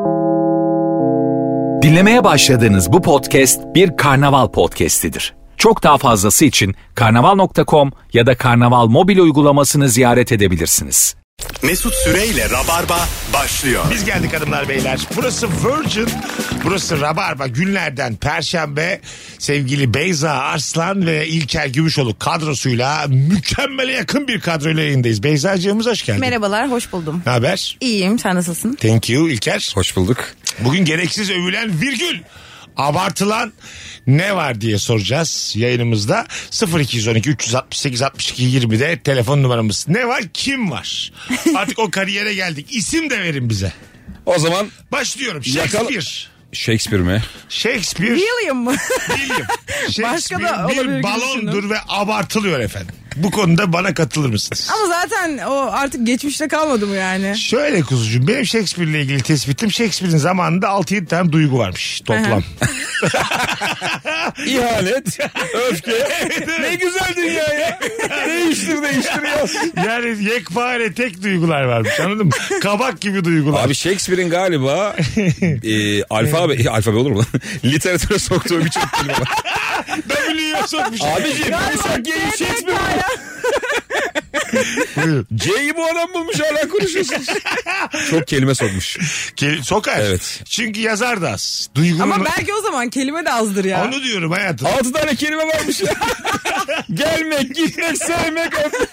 Dinlemeye başladığınız bu podcast bir karnaval podcastidir. Çok daha fazlası için karnaval.com ya da karnaval mobil uygulamasını ziyaret edebilirsiniz. Mesut Süreyle Rabarba başlıyor. Biz geldik hanımlar beyler. Burası Virgin, burası Rabarba. Günlerden Perşembe sevgili Beyza Arslan ve İlker Gümüşoluk kadrosuyla mükemmele yakın bir kadroyla yayındayız. Beyzacığımız hoş geldin. Merhabalar, hoş buldum. Ne haber? İyiyim, sen nasılsın? Thank you İlker. Hoş bulduk. Bugün gereksiz övülen virgül, abartılan ne var diye soracağız yayınımızda. 0212 368 62 20'de telefon numaramız. Ne var, kim var? Artık o kariyere geldik. İsim de verin bize. O zaman Başlıyorum. Shakespeare. Shakespeare mi? Shakespeare. William mı? William. Başka da Shakespeare olabilir bir gibi balondur düşündüm. ve abartılıyor efendim. Bu konuda bana katılır mısınız? Ama zaten o artık geçmişte kalmadı mı yani? Şöyle kuzucuğum, benim Shakespeare'le ilgili tespitim, Shakespeare'in zamanında 6-7 tane duygu varmış toplam. İhanet, öfke. Ne güzel dünya ya. Değiştir yaz. Yani yekpare tek duygular varmış, anladın mı? Kabak gibi duygular. Abi Shakespeare'in galiba alfabe olur mu lan? Literatüre soktuğu birçok kelime var. W'ye sokmuş. Abiciğim sen gelin Shakespeare. C'yi bu adam bulmuş, hala konuşuyorsunuz. Çok kelime sokmuş. Sokar. Evet. Çünkü yazar da az. Duygunun... Ama belki o zaman kelime de azdır ya. Onu diyorum hayatım. 6 tane kelime varmış ya. Gelmek, gitmek, sevmek,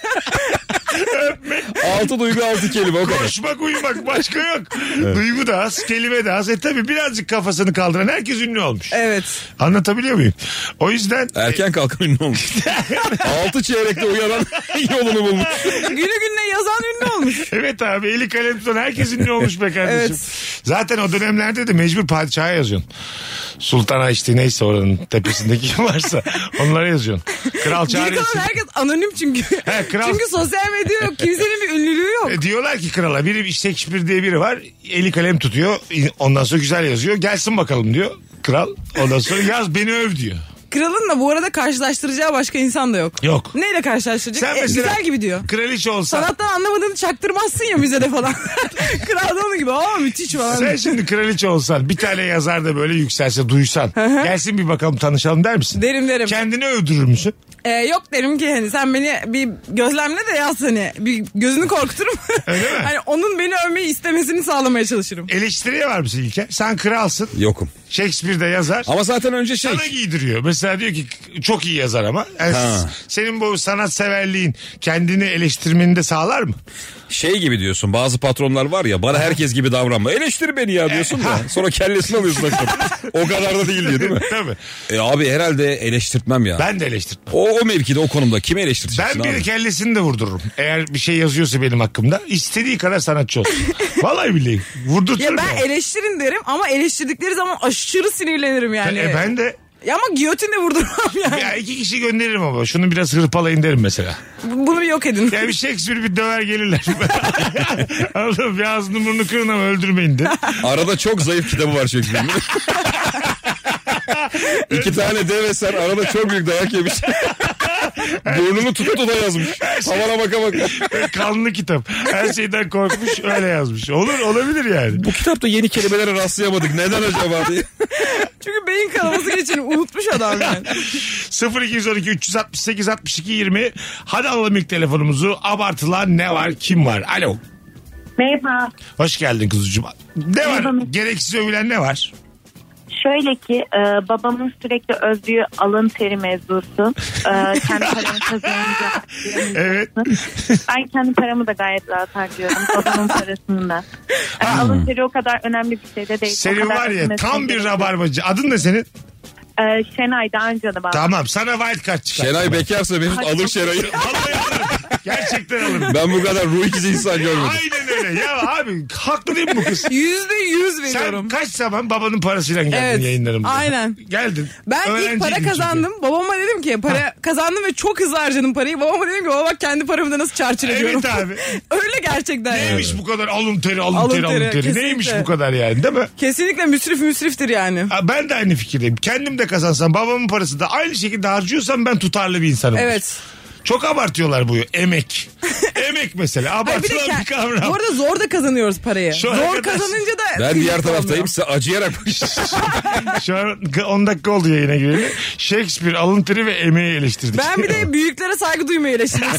öpmek. 6 duygu 6 kelime, o kadar. Koşmak, uyumak, başka yok. Evet. Duygu da az, kelime de az. Tabii birazcık kafasını kaldıran herkes ünlü olmuş. Evet. Anlatabiliyor muyum? O yüzden... Erken kalkan ünlü olmuş. 6 çeyrekte uyanan yolunu bulmuş. Günü gününe yazan ünlü olmuş. Evet abi, eli kalem tutan herkes ünlü olmuş be kardeşim. Evet. Zaten o dönemlerde de mecbur padişaha yazıyorsun. Sultana işte, neyse oranın tepesindeki kim varsa onlara yazıyorsun. Kral Geri çağırıyorsun. kalan herkes anonim çünkü. He, kral... Çünkü sosyal medya yok. Kimsenin bir ünlülüğü yok. Diyorlar ki krala, biri Shakespeare diye biri var. Eli kalem tutuyor. Ondan sonra güzel yazıyor. Gelsin bakalım diyor kral. Ondan sonra yaz beni öv diyor. Kralın da bu arada karşılaştıracağı başka insan da yok. Yok. Neyle karşılaştıracak? Sen mesela güzel gibi diyor. Kraliçe olsan. Sanattan anlamadığını çaktırmazsın ya müzede falan. Kral da onun gibi. Aa müthiş falan. Sen şimdi kraliçe olsan, bir tane yazar da böyle yükselse, duysan. Gelsin bir bakalım tanışalım der misin? Derim. Kendini öldürür müsün? Yok derim ki hani sen beni bir gözlemle de yaz, hani bir gözünü korkuturum. Öyle mi? Hani onun beni övmeyi istemesini sağlamaya çalışırım. Eleştiriye var mısın İlker? Sen kralsın. Yokum. Shakespeare'de yazar. Ama zaten önce Sana giydiriyor. Mesela diyor ki çok iyi yazar ama. Yani senin bu sanatseverliğin kendini eleştirmeni de sağlar mı? şey gibi diyorsun, bazı patronlar var ya, bana herkes gibi davranma, eleştir beni ya diyorsun da sonra kellesini alıyorsun. O kadar da değil diye, değil mi? Tabii. Abi herhalde eleştirtmem ya. Ben de eleştirtmem. O mevkide, o konumda kimi eleştireceksin? Ben bir kellesini de vurdururum. Eğer bir şey yazıyorsa benim hakkımda, istediği kadar sanatçı olsun. Vallahi billahi vurdurturum. Ya ben eleştirin derim ama eleştirdikleri zaman aşırı sinirlenirim yani. Ben de. Ya ama giyotinle vurdurmam yani. Ya 2 kişi gönderirim ama şunu biraz hırpalayın derim mesela. Bunu bir yok edin. Ya bir Shakespeare bir döver gelirler. Anladın mı? Bir ağzını burnunu kırın ama öldürmeyin de. Arada çok zayıf kitabı var Shakespeare'in. 2 tane dev eser, arada çok büyük dayak yemiş. Burnunu tuta yazmış. Havana baka baka. Kanlı kitap. Her şeyden korkmuş, öyle yazmış. Olabilir yani. Bu kitapta yeni kelimelere rastlayamadık. Neden acaba diye. Çünkü beyin kanaması geçeni unutmuş adam yani. 0212 368 62 20. Hadi alalım ilk telefonumuzu. Abartılan ne var, kim var? Alo. Merhaba. Hoş geldin kuzucuğum. Ne var? Merhaba. Gereksiz övülen ne var? Şöyle ki babamın sürekli övdüğü alın teri mevzusu. Kendi paramı kazanınca. Evet. Ben kendi paramı da gayet rahat harcıyorum. Babamın parasını da. Alın teri o kadar önemli bir şey de değil. Senin var ya tam bir rabarbacı. Adın ne senin? Şenay, daha önce de bana. Tamam, sana wild card çıkar. Şenay bekarsa Mesut alır Şenay'ı. Vallahi alırım. Gerçekten alırım. Ben bu kadar ruh ikizi insan görmedim. Aynen öyle. Ya abi haklı değil mi bu kız? %100 Sen veriyorum. kaç zaman babanın parasıyla geldin Evet, yayınlarımıza? aynen. Geldin. Ben ilk para Öğrenciydin kazandım. çünkü. Babama dedim ki para kazandım ve çok hızlı harcadım parayı. Babama dedim ki baba bak kendi paramı da nasıl çarçur ediyorum. Evet abi. Öyle gerçekten. Neymiş bu kadar alın teri. Kesinlikle. Neymiş bu kadar yani, değil mi? Kesinlikle müsriftir yani. Ben de aynı fikirdeyim. Kendim de kazansam, babamın parası da aynı şekilde harcıyorsam ben tutarlı bir insanım. Evet. Çok abartıyorlar bu emek. Emek mesela abartılan bir kavram. Bu arada zor da kazanıyoruz parayı. Şu ana Zor kadar- kazanınca da... Ben diğer kıymetli taraftayım olmuyor. size acıyarak. Şu an 10 dakika oldu yayına gireli. Shakespeare, alın teri ve emeği eleştirdik. Ben bir de büyüklere saygı duymayı eleştiriyorum.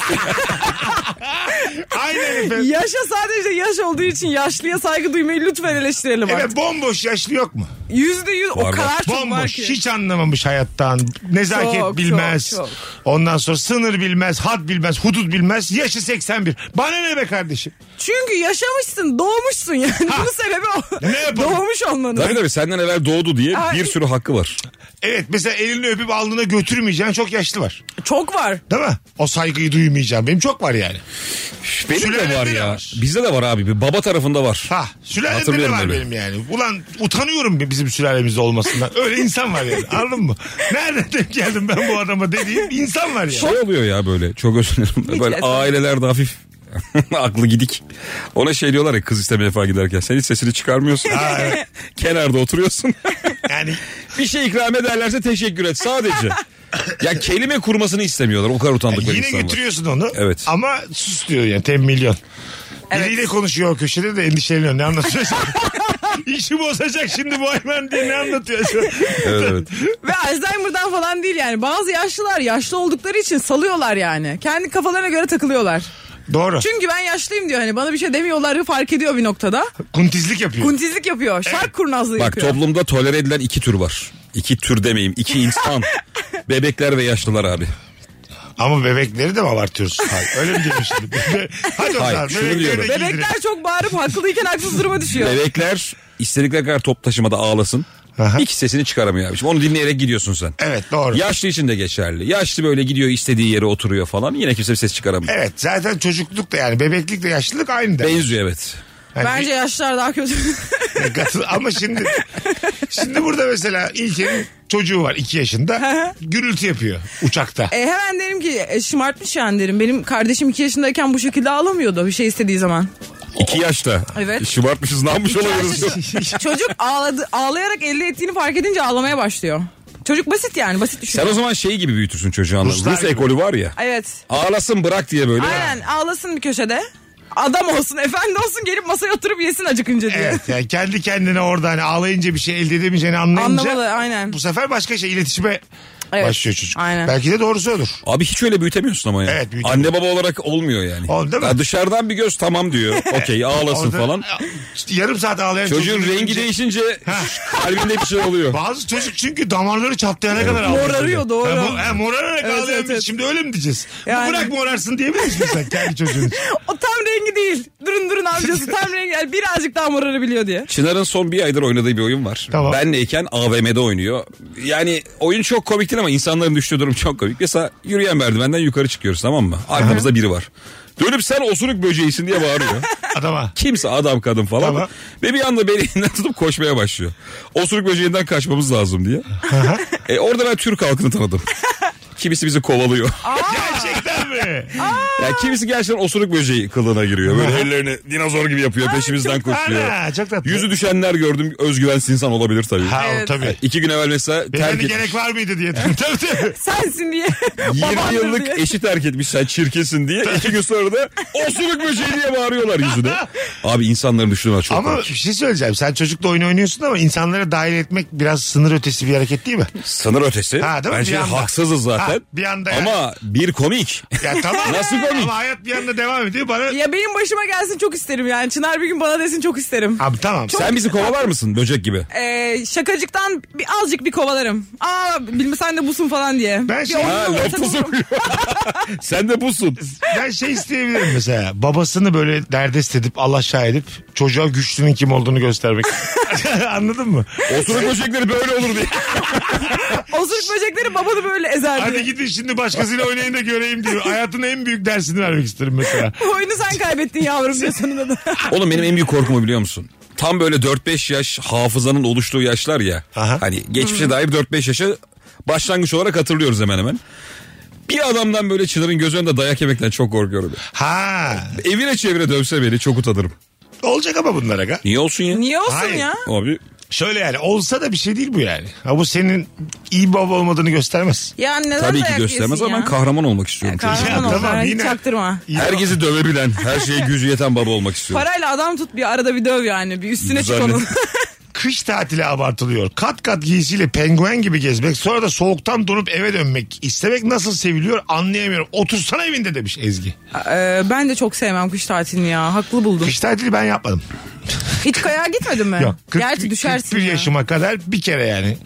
Aynen efendim. Yaşa sadece yaş olduğu için yaşlıya saygı duymayı lütfen eleştirelim artık. Evet, bomboş yaşlı yok mu? %100 o Var, var. kadar çok var Bomboş. ki. Hiç anlamamış hayattan. Nezaket Çok, bilmez. çok. Ondan sonra sınır bilmez, had bilmez, hudut bilmez. Yaşı 81. Bana ne be kardeşim? Çünkü yaşamışsın, doğmuşsun yani. Bunun sebebi o. Ne yapalım? Doğmuş olmanın. Tabii senden evvel doğdu diye Ay. bir sürü hakkı var. Evet, mesela elini öpüp alnına götürmeyeceğin çok yaşlı var. Çok var. Değil mi? O saygıyı duymayacağım. Benim çok var yani. Benim de Sülalede var de ya. var. Bizde de var abi. Bir baba tarafında var. Ha, sülalemde de Hatırlıyorum var öyle. benim yani. Ulan utanıyorum bizim sülalemizde olmasından. Öyle insan var yani. Anladın mı? Nereden denk geldim ben bu adama dediğim insan var yani. Şey oluyor ya böyle. Çok özür dilerim. Böyle estağfurullah. ailelerde hafif aklı gidik. Ona şey diyorlar ya kız istemeye falan giderken. Sen hiç sesini çıkarmıyorsun. Ha, evet. Kenarda oturuyorsun. Yani Bir şey ikram ederlerse teşekkür et sadece. Ya kelime kurmasını istemiyorlar. O kadar utandıkları yine insan var. götürüyorsun onu. Evet. Ama sus diyor yani tembihliyorsun. Evet. Biriyle konuşuyor o köşede de endişeleniyor. Ne anlatıyorsun? İşi bozacak şimdi bu hayvan diye ne anlatıyorsun? Evet, evet. Ve Alzheimer'dan falan değil yani. Bazı yaşlılar yaşlı oldukları için salıyorlar yani. Kendi kafalarına göre takılıyorlar. Doğru. Çünkü ben yaşlıyım diyor hani bana bir şey demiyorlar fark ediyor bir noktada. Kuntizlik yapıyor. Kuntizlik yapıyor. Şark kurnazlığı Bak yapıyor. toplumda tolere edilen iki tür var. İki tür demeyeyim. İki insan. Bebekler ve yaşlılar abi. Ama bebekleri de mi abartıyoruz? Hayır, öyle mi diyorsun şimdi? Hadi o Hayır, zaman. şunu bebekleri diyorum. de giydirin. Bebekler çok bağırıp haklıyken haksız duruma düşüyor. Bebekler istedikleri kadar top taşımada ağlasın. Aha. Hiç sesini çıkaramıyor abi. Şimdi onu dinleyerek gidiyorsun sen. Evet, doğru. Yaşlı için de geçerli. Yaşlı böyle gidiyor istediği yere oturuyor falan. Yine kimse bir ses çıkaramıyor. Evet, zaten çocukluk da yani bebeklik de yaşlılık aynı da. Benziyor evet. Yani Bence yaşlılar daha kötü. ama şimdi burada mesela İlker'in çocuğu var 2 yaşında. Gürültü yapıyor uçakta. Hemen derim ki şımartmış yani derim. Benim kardeşim 2 yaşındayken bu şekilde ağlamıyordu bir şey istediği zaman. 2 yaşta. Evet. Şımartmışız ne yapmış olabiliriz? Çocuk ağlayarak elde ettiğini fark edince ağlamaya başlıyor. Çocuk basit yani basit Sen düşünüyor. o zaman şey gibi büyütürsün çocuğu. Ruslar Rus gibi. ekolü var ya. Evet. Ağlasın bırak diye böyle. Aynen ağlasın bir köşede. Adam olsun efendi olsun gelip masaya oturup yesin acıkınca diye. Evet, yani kendi kendine orada hani ağlayınca bir şey elde edemeyeceğini anlayınca. Anlamalı aynen. Bu sefer başka şey iletişime Evet, başlıyor çocuk. aynen. Belki de doğrusu odur. Abi hiç öyle büyütemiyorsun ama ya. Evet, büyütemiyorsun. Anne baba olarak olmuyor yani. Oldu değil mi? Ya dışarıdan bir göz tamam diyor. Okey ağlasın Orada falan. işte yarım saat ağlayan Çocuğun çocuğu rengi görünce- değişince kalbinde bir şey oluyor. Bazı çocuk çünkü damarları çatlayana kadar ağlıyor. Morarıyor, doğru. Morararak Evet, ağlayan evet, biz. evet. Şimdi öyle mi diyeceğiz? Yani. Bırak morarsın diyebilir misin sen kendi çocuğun? O tam rengi değil. Durun amcası tam rengi. Yani birazcık daha morarabiliyor diye. Çınar'ın son bir aydır oynadığı bir oyun var. Tamam. Benleyken AVM'de oynuyor. Yani oyun çok komik değil ama insanların düştüğü durum çok komik. Mesela yürüyen merdivenden yukarı çıkıyoruz tamam mı? Arkamızda biri var. Dönüp sen osuruk böceğisin diye bağırıyor. Adama. Kimse adam kadın falan. Tamam. Ve bir anda beni elinden tutup koşmaya başlıyor. Osuruk böceğinden kaçmamız lazım diye. Orada ben Türk halkını tanıdım. Kimisi bizi kovalıyor. Gerçekten mi? Yani kimisi gerçekten osuruk böceği kılığına giriyor. Böyle ellerini dinozor gibi yapıyor. Peşimizden koşuyor. Ana, çok tatlı. Yüzü düşenler gördüm. Özgüvensiz insan olabilir tabii. Ha, Evet. tabii. 2 gün evvel mesela Benim terk de etmiş. gerek var mıydı diye. Tabii. Sensin diye. 20 Babandır yıllık diye. eşi terk etmiş sen çirkesin diye. 2 gün sonra da osuruk böceği diye bağırıyorlar yüzüne. Abi insanların düşündüğüne çok Ama komik. bir şey söyleyeceğim. Sen çocukla oyun oynuyorsun ama insanları dahil etmek biraz sınır ötesi bir hareket değil mi? Sınır ötesi. Ha, değil mi? Bence Bir anda. haksızız zaten. Ha, bir anda ya. Ama bir komik. Ya tamam. Nasıl komik? Ama hayat bir anda devam ediyor. Bana... Ya benim başıma gelsin çok isterim yani. Çınar bir gün bana desin çok isterim. Abi tamam. Sen bizi kovalar mısın böcek gibi? Şakacıktan azıcık bir kovalarım. Bilme sen de busun falan diye. Ben Bir şey- oyun Ha olsa lafta bulurum. sokuyor. Sen de busun. Ben şey isteyebilirim mesela. Babasını böyle derdest edip Allah şahit edip çocuğa güçlünün kim olduğunu göstermek. Anladın mı? Osuruk böcekleri böyle olur diye. Osuruk böcekleri babanı böyle ezer diye. Hadi gidin şimdi başkasıyla oynayın da göreyim diyor. Hayatın en büyük dersini vermek isterim mesela. Oyunu sen kaybettin yavrum diyor sonunda da. Oğlum benim en büyük korkumu biliyor musun? Tam böyle 4-5 yaş hafızanın oluştuğu yaşlar ya. Aha. Hani geçmişe dair 4-5 yaşı başlangıç olarak hatırlıyoruz hemen hemen. Bir adamdan böyle Çınar'ın göz önünde dayak yemekten çok korkuyorum. Ha. Evine çevire dövse beni çok utanırım. Olacak ama bunlar aga. Niye olsun ya? Niye olsun Hayır. ya? Abi Şöyle yani olsa da bir şey değil bu yani. Ha, bu senin iyi baba olmadığını göstermez. Ya neden Tabii ki dayak göstermez yiyorsun ama ya? ben kahraman olmak istiyorum. Kahraman Ya ol. tamam, Hiç yine- çaktırma. Herkesi dövebilen, her şeye gücü yeten baba olmak istiyorum. Parayla adam tut bir arada bir döv yani. Bir üstüne çık Güzel. onun. Kış tatili abartılıyor. Kat kat giysiyle penguen gibi gezmek, sonra da soğuktan donup eve dönmek istemek nasıl seviliyor anlayamıyorum. Otursana evinde demiş Ezgi. Ben de çok sevmem kış tatilini ya. Haklı buldum. Kış tatili ben yapmadım. Hiç kayağa gitmedin mi? Yok. Gerçi düşersin 41 ya. yaşıma kadar bir kere yani.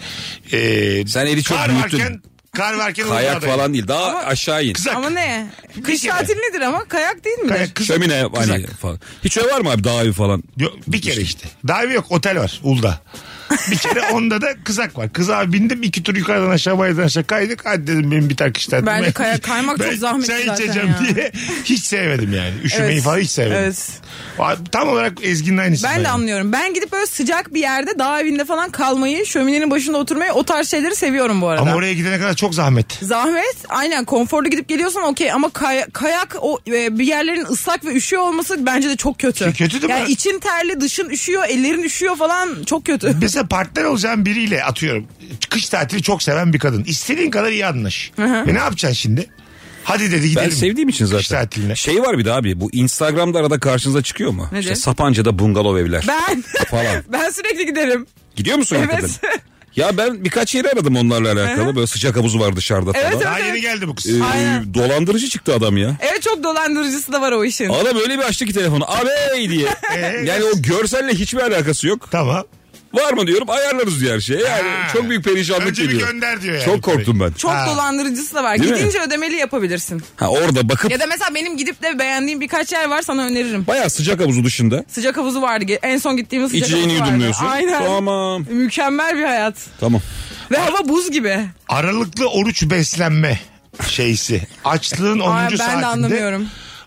Sen eli çok kar büyüttün. kar varken Kayak Uludağ'dayım. falan değil. Daha aşağı in. Kızak. Ama ne? Kış kere. tatili nedir ama? Kayak değil mi? Kayak, kızak. Şömine hani Kızak. falan. Hiç öyle var mı abi dağ evi falan? Yok, bir kere işte. Daha evi yok, otel var Uludağ. Bir kere onda da kızak var. Kızağa bindim, 2 tur yukarıdan aşağı bayırdan aşağı kaydık. Hadi dedim benim bir tane kış tatili. Bence kaymak çok zahmetli çay zaten içeceğim ya. diye hiç sevmedim yani. Üşümeyi Evet. falan hiç sevmedim. Evet. Tam olarak Ezgi'nin aynısı. Ben de anlıyorum. Ben gidip böyle sıcak bir yerde dağ evinde falan kalmayı, şöminenin başında oturmayı, o tarz şeyleri seviyorum bu arada. Ama oraya gidene kadar çok zahmet. Zahmet, aynen, konforlu gidip geliyorsan okey ama kayak o bir yerlerin ıslak ve üşüyor olması bence de çok kötü. Kötü değil mi? Yani için terli, dışın üşüyor, ellerin üşüyor falan, çok kötü. Mesela partner olacağın biriyle atıyorum. Kış tatili çok seven bir kadın. İstediğin kadar iyi anlaş. Ne yapacaksın şimdi? Hadi dedi gidelim. Ben sevdiğim için Kış zaten. tatiline. Şey var bir de abi, bu Instagram'da arada karşınıza çıkıyor mu? Nedir? İşte Sapanca'da bungalov evler Ben falan. ben sürekli giderim. Gidiyor musun Evet. hakikaten? Ya ben birkaç yeri aradım onlarla alakalı. Böyle sıcak havuzu var dışarıda falan. Evet, Daha evet. yeni geldi bu kız. Aynen. Dolandırıcı çıktı adam ya. Evet, çok dolandırıcısı da var o işin. Adam öyle bir açtı ki telefonu. Abi diye. Yani o görselle hiçbir alakası yok. Tamam. Var mı diyorum, ayarlarız diyor her şeyi. Yani Ha. çok büyük perişanlık Önce bir geliyor. gönder diyor yani. Çok korktum ben. Çok Ha. dolandırıcısı da var. Değil mi? Gidince ödemeli yapabilirsin. Ha, orada bakıp Ya da mesela benim gidip de beğendiğim birkaç yer var, sana öneririm. bayağı sıcak havuzu dışında. Sıcak havuzu vardı. En son gittiğimiz sıcak İçeceğini havuzu vardı. yudumluyorsun. Aynen. Tamam. Mükemmel bir hayat. Tamam. Ve hava buz gibi. Aralıklı oruç beslenme şeysi. Açlığın 10. Ay, ben saatinde de anlamıyorum.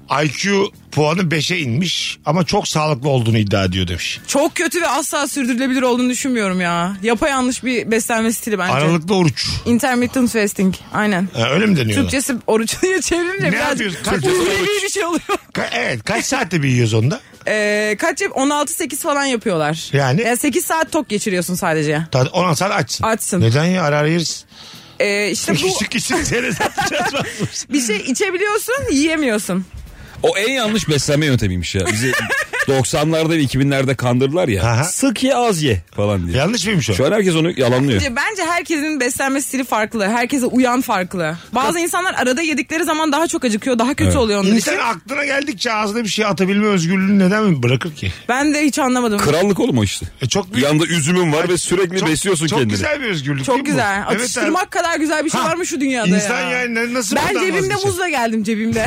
IQ puanı 5'e inmiş ama çok sağlıklı olduğunu iddia ediyor demiş. Çok kötü ve asla sürdürülebilir olduğunu düşünmüyorum ya. Yapayalnız bir beslenme stili bence. Aralıklı oruç. Intermittent fasting. Aynen. Öyle mi deniyor? Türkçesi oruç diye çevirince Ne birazcık yapıyorsun? Kaç ulvi oruç? bir şey oluyor. Evet, kaç saatte bir yiyoruz onda? Kaç yap? 16-8 falan yapıyorlar. Yani? 8 saat tok geçiriyorsun sadece. 16 saat açsın. Açsın. Neden ya, ara yeriz. İşte bu Küçük küçük seni satacağız. bir şey içebiliyorsun, yiyemiyorsun. O en yanlış beslenme yöntemiymiş ya. Bizi 90'larda ve 2000'lerde kandırdılar ya. Aha. Sık ye az ye falan diye. Yanlış mıymış o? Şu an herkes onu yalanlıyor. Bence herkesin beslenme stili farklı. Herkese uyan farklı. Bazı insanlar arada yedikleri zaman daha çok acıkıyor. Daha kötü oluyor onun İnsan için. aklına geldikçe ağzına bir şey atabilme özgürlüğünü neden mi bırakır ki? Ben de hiç anlamadım. Krallık oğlum o işte. Çok büyük. Yanında üzümün var ve sürekli Çok- besliyorsun çok kendini. güzel bir özgürlük değil Çok mi güzel. bu? Atıştırmak abi. kadar güzel bir şey Ha, var mı şu dünyada İnsan ya? yani nasıl Ben bundan cebimde vazgeçer? muzla geldim cebimde.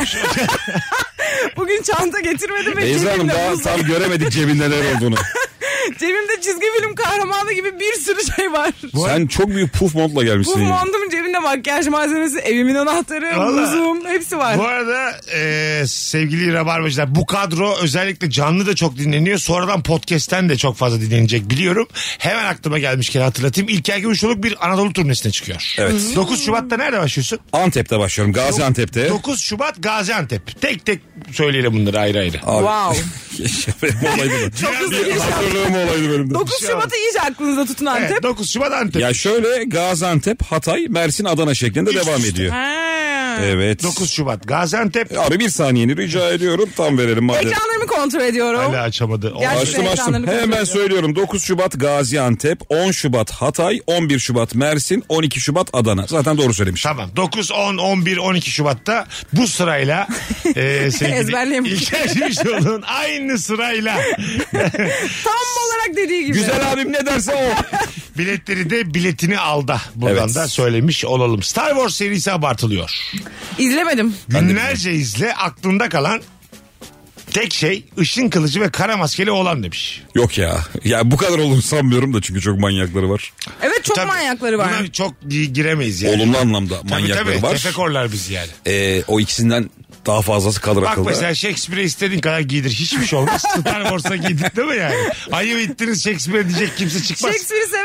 Bugün çanta getirmedim ve Beyza Hanım cebimde daha muzla. tam göremedik cebinde neler olduğunu. Cebimde çizgi film kahramanı gibi bir sürü şey var. Sen çok büyük puf montla Bu gelmişsin. ya. montumun cebinde makyaj malzemesi, evimin anahtarı, Vallahi. muzum, hepsi var. Bu arada sevgili Rabarbacılar, bu kadro özellikle canlı da çok dinleniyor. Sonradan podcast'ten de çok fazla dinlenecek biliyorum. Hemen aklıma gelmişken hatırlatayım. İlker Gümüşoluk bir Anadolu turnesine çıkıyor. Evet. 9 Şubat'ta nerede başlıyorsun? Antep'te başlıyorum. Gaziantep'te. 9 Şubat Gaziantep. Tek tek söyleyelim bunları ayrı ayrı. Abi. Wow. Benim olaydı da. Çok hızlı Bir giriş yaptın. hazırlığım olaydı benim de. 9 Şubat'ı iyice aklınızda tutun Antep. Evet, 9 Şubat Antep. Ya şöyle Gaziantep, Hatay, Mersin, Adana şeklinde Üst devam üste. ediyor. Ha. Evet. 9 Şubat Gaziantep. Abi bir saniyeni rica ediyorum. Tam verelim madem. Ekranlarımı kontrol ediyorum. Hala açamadı. Gerçekten Açtım ekranlarını Hemen kontrol söylüyorum. 9 Şubat Gaziantep, 10 Şubat Hatay, 11 Şubat Mersin, 12 Şubat Adana. Zaten doğru söylemişim. Tamam. 9, 10, 11, 12 Şubat'ta bu sırayla sevgili Ezberleyemiş. İlker Gümüşoluk'un aynı sırayla Tam olarak dediği gibi. Güzel abim ne derse o. biletleri de biletini aldı. Buradan Evet. da söylemiş olalım. Star Wars serisi abartılıyor. İzlemedim. Günlerce izle, aklında kalan tek şey ışın kılıcı ve kara maskeli oğlan demiş. Yok ya. Ya bu kadar olduğunu sanmıyorum da çünkü çok manyakları var. Evet, çok Tabii, manyakları var. Buna çok giremeyiz yani. Olumlu anlamda Tabii, manyakları var. tefekorlar biz yani. O ikisinden daha fazlası kalır Bak akılda. mesela Shakespeare'e istediğin kadar giydir. Hiçbir şey olmaz. Star Wars'a giydik değil mi yani? Ayıp ettiniz Shakespeare diyecek kimse çıkmaz. Shakespeare'i seven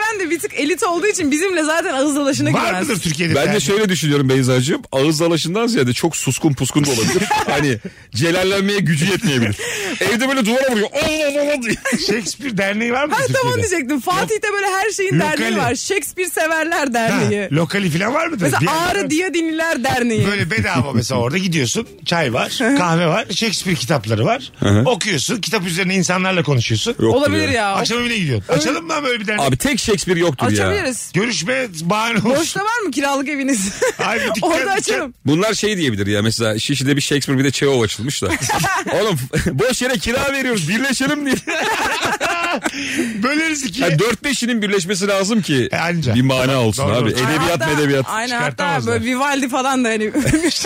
Türkiye'den de bir tık elit olduğu için bizimle zaten ağız dalaşına Var girmez. mıdır Türkiye'de? Ben de tercih? şöyle düşünüyorum Beyza'cığım. Ağız dalaşından ziyade çok suskun puskun da olabilir. Hani celallenmeye gücü yetmeyebilir. Evde böyle duvara vuruyor. Allah diye. Shakespeare Derneği var mı Ha Türkiye'de? tam onu diyecektim. Fatih'te böyle her şeyin Lokali. derneği var. Shakespeare Severler Ha, Derneği. lokali falan var mıdır? Bir Mesela yer var. Ağrı Diyadinliler Derneği. Böyle bedava mesela orada gidiyorsun. Çay var, kahve var, Shakespeare kitapları var. Okuyorsun, kitap üzerine insanlarla konuşuyorsun. Yoktur Olabilir ya. Akşam evine gidiyorsun. Açalım mı böyle bir dernek? Abi tek Shakespeare yoktur ya. Açabiliriz. Görüşme bahane olsun. Boşta var mı kiralık eviniz? Ay, bir dükkan, Orada dükkan. açalım. Bunlar şey diyebilir ya, mesela Şişli'de bir Shakespeare bir de Çehov açılmış da. Oğlum boş yere kira veriyoruz, birleşelim diye. Böleriz ikiye. Yani 4-5'inin birleşmesi lazım ki Anca. bir mana olsun Doğru. abi. Edebiyat medebiyat. Aynen, hatta Çıkartamazlar. böyle Vivaldi falan da hani.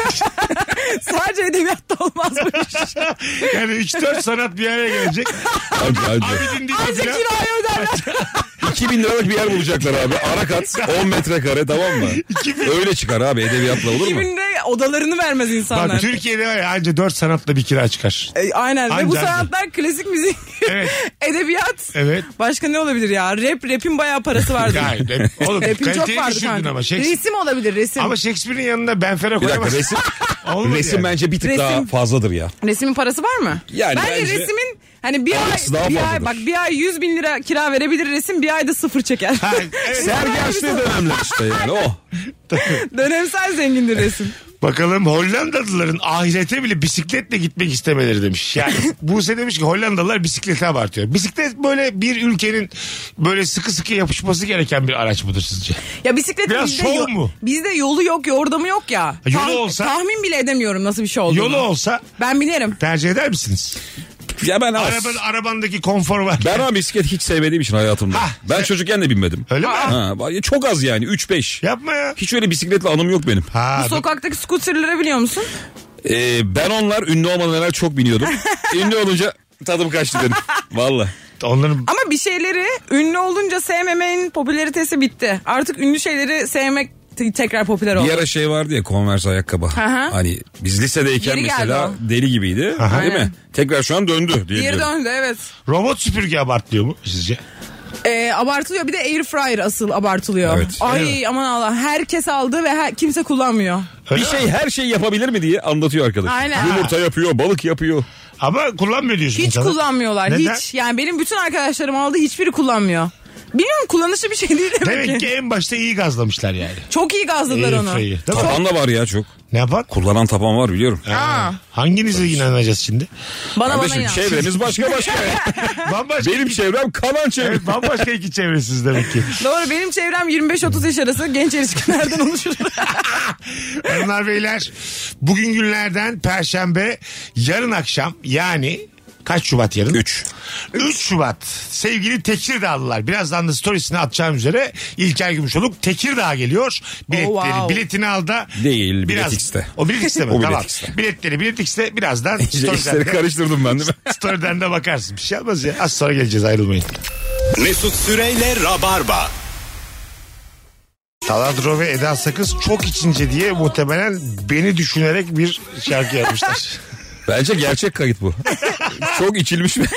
Sadece edebiyatta olmaz bu iş. Yani 3-4 sanat bir araya gelecek. Anca. Abidin değil Anca falan. kirayı öderler. 2000 liralık bir yer bulacaklar abi. Arakat 10 metrekare, tamam mı? Öyle çıkar abi, edebiyatla olur mu? 2000'de odalarını vermez insanlar. Bak Türkiye'de var ya anca 4 sanatla bir kira çıkar. Aynen ve bu Anca. sanatlar klasik müzik, Evet. edebiyat. Evet. Başka ne olabilir ya? Rap'in bayağı parası vardı. Yani, oğlum Rap'in çok kaliteyi vardı düşürdün kanka. ama. Shakespeare. Resim olabilir, resim. Ama Shakespeare'in yanında Benfero Bir dakika, koyamazsın. resim, Olmadı resim yani. bence bir tık Resim. daha fazladır ya. Resmin parası var mı? Yani bence bence resmin hani bir parası daha ay, fazladır. bak bir ay 100 bin lira kira verebilir resim, bir ayda sıfır çeker. Ha, evet. Sergi açtığı dönemler işte yani o. Dönemsel zengindir resim. Bakalım Hollandalıların ahirete bile bisikletle gitmek istemeleri demiş. Yani Buse demiş ki Hollandalılar bisikleti abartıyor. Bisiklet böyle bir ülkenin böyle sıkı sıkı yapışması gereken bir araç mıdır sizce? Ya bisiklet Biraz şov mu? Bizde yolu yok, yordamı yok ya. Yolu olsa- Tahmin bile edemiyorum nasıl bir şey olduğunu. Yolu olsa Ben bilirim. tercih eder misiniz? Ya ben Arabandaki konfor var. Ben ama bisiklet hiç sevmediğim için hayatımda. Ha, Ben çocukken de binmedim. Öyle mi? Ha, çok az yani 3-5. Yapma ya. Hiç öyle bisikletle anım yok benim. Ha, Bu sokaktaki scooterlara biliyor musun? Ben onlar ünlü olmadan evvel çok biniyordum. Ünlü olunca tadım kaçtı benim. Valla. onların Ama bir şeyleri ünlü olunca sevmemenin popülaritesi bitti. Artık ünlü şeyleri sevmek tekrar popüler oldu. Bir ara şey vardı ya, Converse ayakkabı. hı. Hani biz lisedeyken Geri geldi mesela o. deli gibiydi. Değil Aynen. mi? Tekrar şu an döndü diye Geri biliyorum. döndü, evet. robot süpürge abartılıyor mu sizce? Abartılıyor, bir de air fryer asıl abartılıyor. Evet. Ay aman Allah, herkes aldı ve kimse kullanmıyor. Öyle Bir mi? şey her şeyi yapabilir mi diye anlatıyor arkadaş. Aynen. Yumurta yapıyor, balık yapıyor. Ama kullanmıyor diyorsun. Hiç insanlar. kullanmıyorlar. Neden? Hiç. Yani benim bütün arkadaşlarım aldı, hiçbiri kullanmıyor. Bilmiyorum, kullanışlı bir şey değil demek, Demek ki. ki en başta iyi gazlamışlar yani. Çok iyi gazladılar onu. Airfryer'ı, değil mi? Taban da var ya çok. Ne yapar? Kullanan taban var biliyorum. Hanginize inanacağız şimdi? Bana Kardeşim inan. çevremiz başka. Bambaşka. Benim çevrem kalan çevre. Evet, bambaşka iki çevresiz demek ki. Doğru, benim çevrem 25-30 yaş arası genç erişkinlerden oluşur. Hanımlar beyler, bugün günlerden Perşembe, yarın akşam yani kaç Şubat yarın? 3. 3 Şubat. Sevgili Tekirdağlılar. Birazdan da storiesini atacağım üzere İlker Gümüşoluk Tekirdağ geliyor. Biletleri, wow. biletini al da. Değil, Bilet X'te. O Bilet X'te mi? O Bilet Tamam. X'te. Biletleri Bilet X'te birazdan İşleri story'den de, karıştırdım ben değil mi? story'den de bakarsın. Bir şey olmaz ya. Az sonra geleceğiz, ayrılmayın. Mesut Süreyle Rabarba. Taladro ve Eda Sakız çok içince diye muhtemelen beni düşünerek bir şarkı yapmışlar. Bence gerçek kayıt bu. Çok içilmiş mi?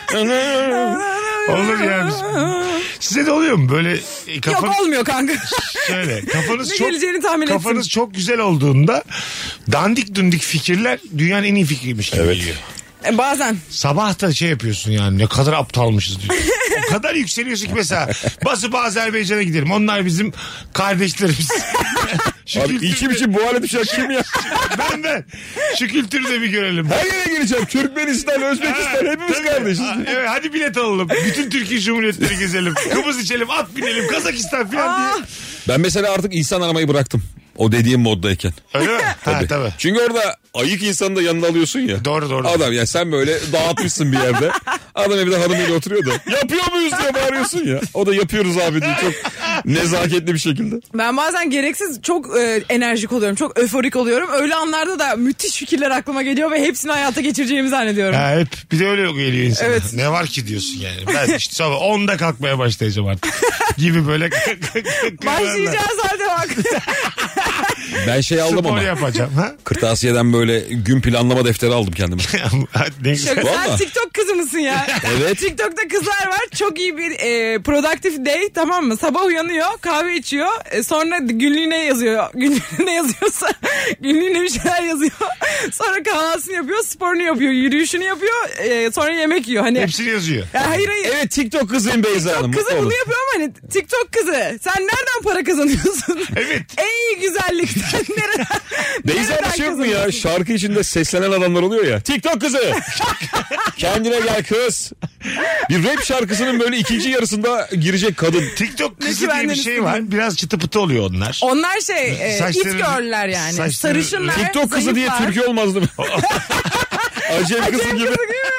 Olur ya. Size de oluyor mu böyle Yok, olmuyor kanka. şöyle kafanız Ne çok geleceğini tahmin ettim. kafanız çok güzel olduğunda dandik dundik fikirler dünyanın en iyi fikriymiş gibi geliyor. Bazen. Sabah da şey yapıyorsun yani, ne kadar aptalmışız diyorsun. O kadar yükseliyorsun ki mesela basıp Azerbaycan'a gidelim. Onlar bizim kardeşlerimiz. Şu Abi kültürü içim de- için bu hale düşen kim ya? Ben. Şu kültürü de bir görelim. Her yere geleceğim. Türkmenistan, Özbekistan hepimiz Tabii. kardeşiz. Evet, hadi bilet alalım. Bütün Türkiye Cumhuriyetleri gezelim. Kıbrıs içelim, at binelim, Kazakistan falan diye. Ben mesela artık insan aramayı bıraktım. O dediğim moddayken. Öyle mi? Ha, tabii. Çünkü orada ayık insanı da yanına alıyorsun ya. Doğru. Adam ya sen böyle dağıtmışsın bir yerde. Adam evde hanımıyla oturuyor da. Yapıyor muyuz diye bağırıyorsun ya. O da yapıyoruz abi diye çok nezaketli bir şekilde. Ben bazen gereksiz çok enerjik oluyorum. Çok öforik oluyorum. Öyle anlarda da müthiş fikirler aklıma geliyor ve hepsini hayata geçireceğimi zannediyorum. Ha, hep bir de öyle geliyor insana. Evet. Ne var ki diyorsun yani. Ben işte sabah 10'da kalkmaya başlayacağım artık. Gibi böyle. Başlayacağız zaten bak. Ben şey aldım Spor ama. yapacağım. Ha? Kırtasiyeden böyle gün planlama defteri aldım kendime. Ne güzel. Sen Vallahi. TikTok kızı mısın ya? Evet. TikTok'ta kızlar var. Çok iyi bir productive day, tamam mı? Sabah uyanıyor, kahve içiyor. Sonra günlüğüne yazıyor. Günlüğüne yazıyorsa günlüğüne bir şeyler yazıyor. Sonra kahvaltısını yapıyor, sporunu yapıyor, yürüyüşünü yapıyor. Sonra yemek yiyor. Hani Hepsini yazıyor. ya hayır. Evet, TikTok kızıyım Beyza Hanım. TikTok kızı Mutlu bunu olun. yapıyor ama hani TikTok kızı. Sen nereden para kazanıyorsun? Evet. En iyi güzellikten nereden? Beyza'da şey yok mu ya? Şarkı içinde seslenen adamlar oluyor ya. TikTok kızı. Kendine gel kız. Bir rap şarkısının böyle ikinci yarısında girecek kadın. TikTok Ne kızı ki diye bir benden şey var. Biraz çıtı pıtı oluyor onlar. Onlar it Saçları- girl'ler yani. saçları- Sarışınlar. TikTok kızı diye zayıflar. Türkiye olmazdı mı? Acem kızı gibi.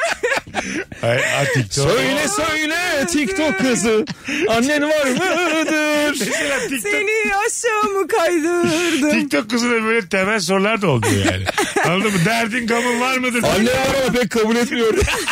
TikTok. Söyle TikTok kızı. Annen var mıdır? Mesela TikTok, Seni aşağı kaydırdım. TikTok kızına böyle temel sorular da oluyor yani. Anladın mı? Derdin gamın var mıdır? Anne var ama pek kabul etmiyor.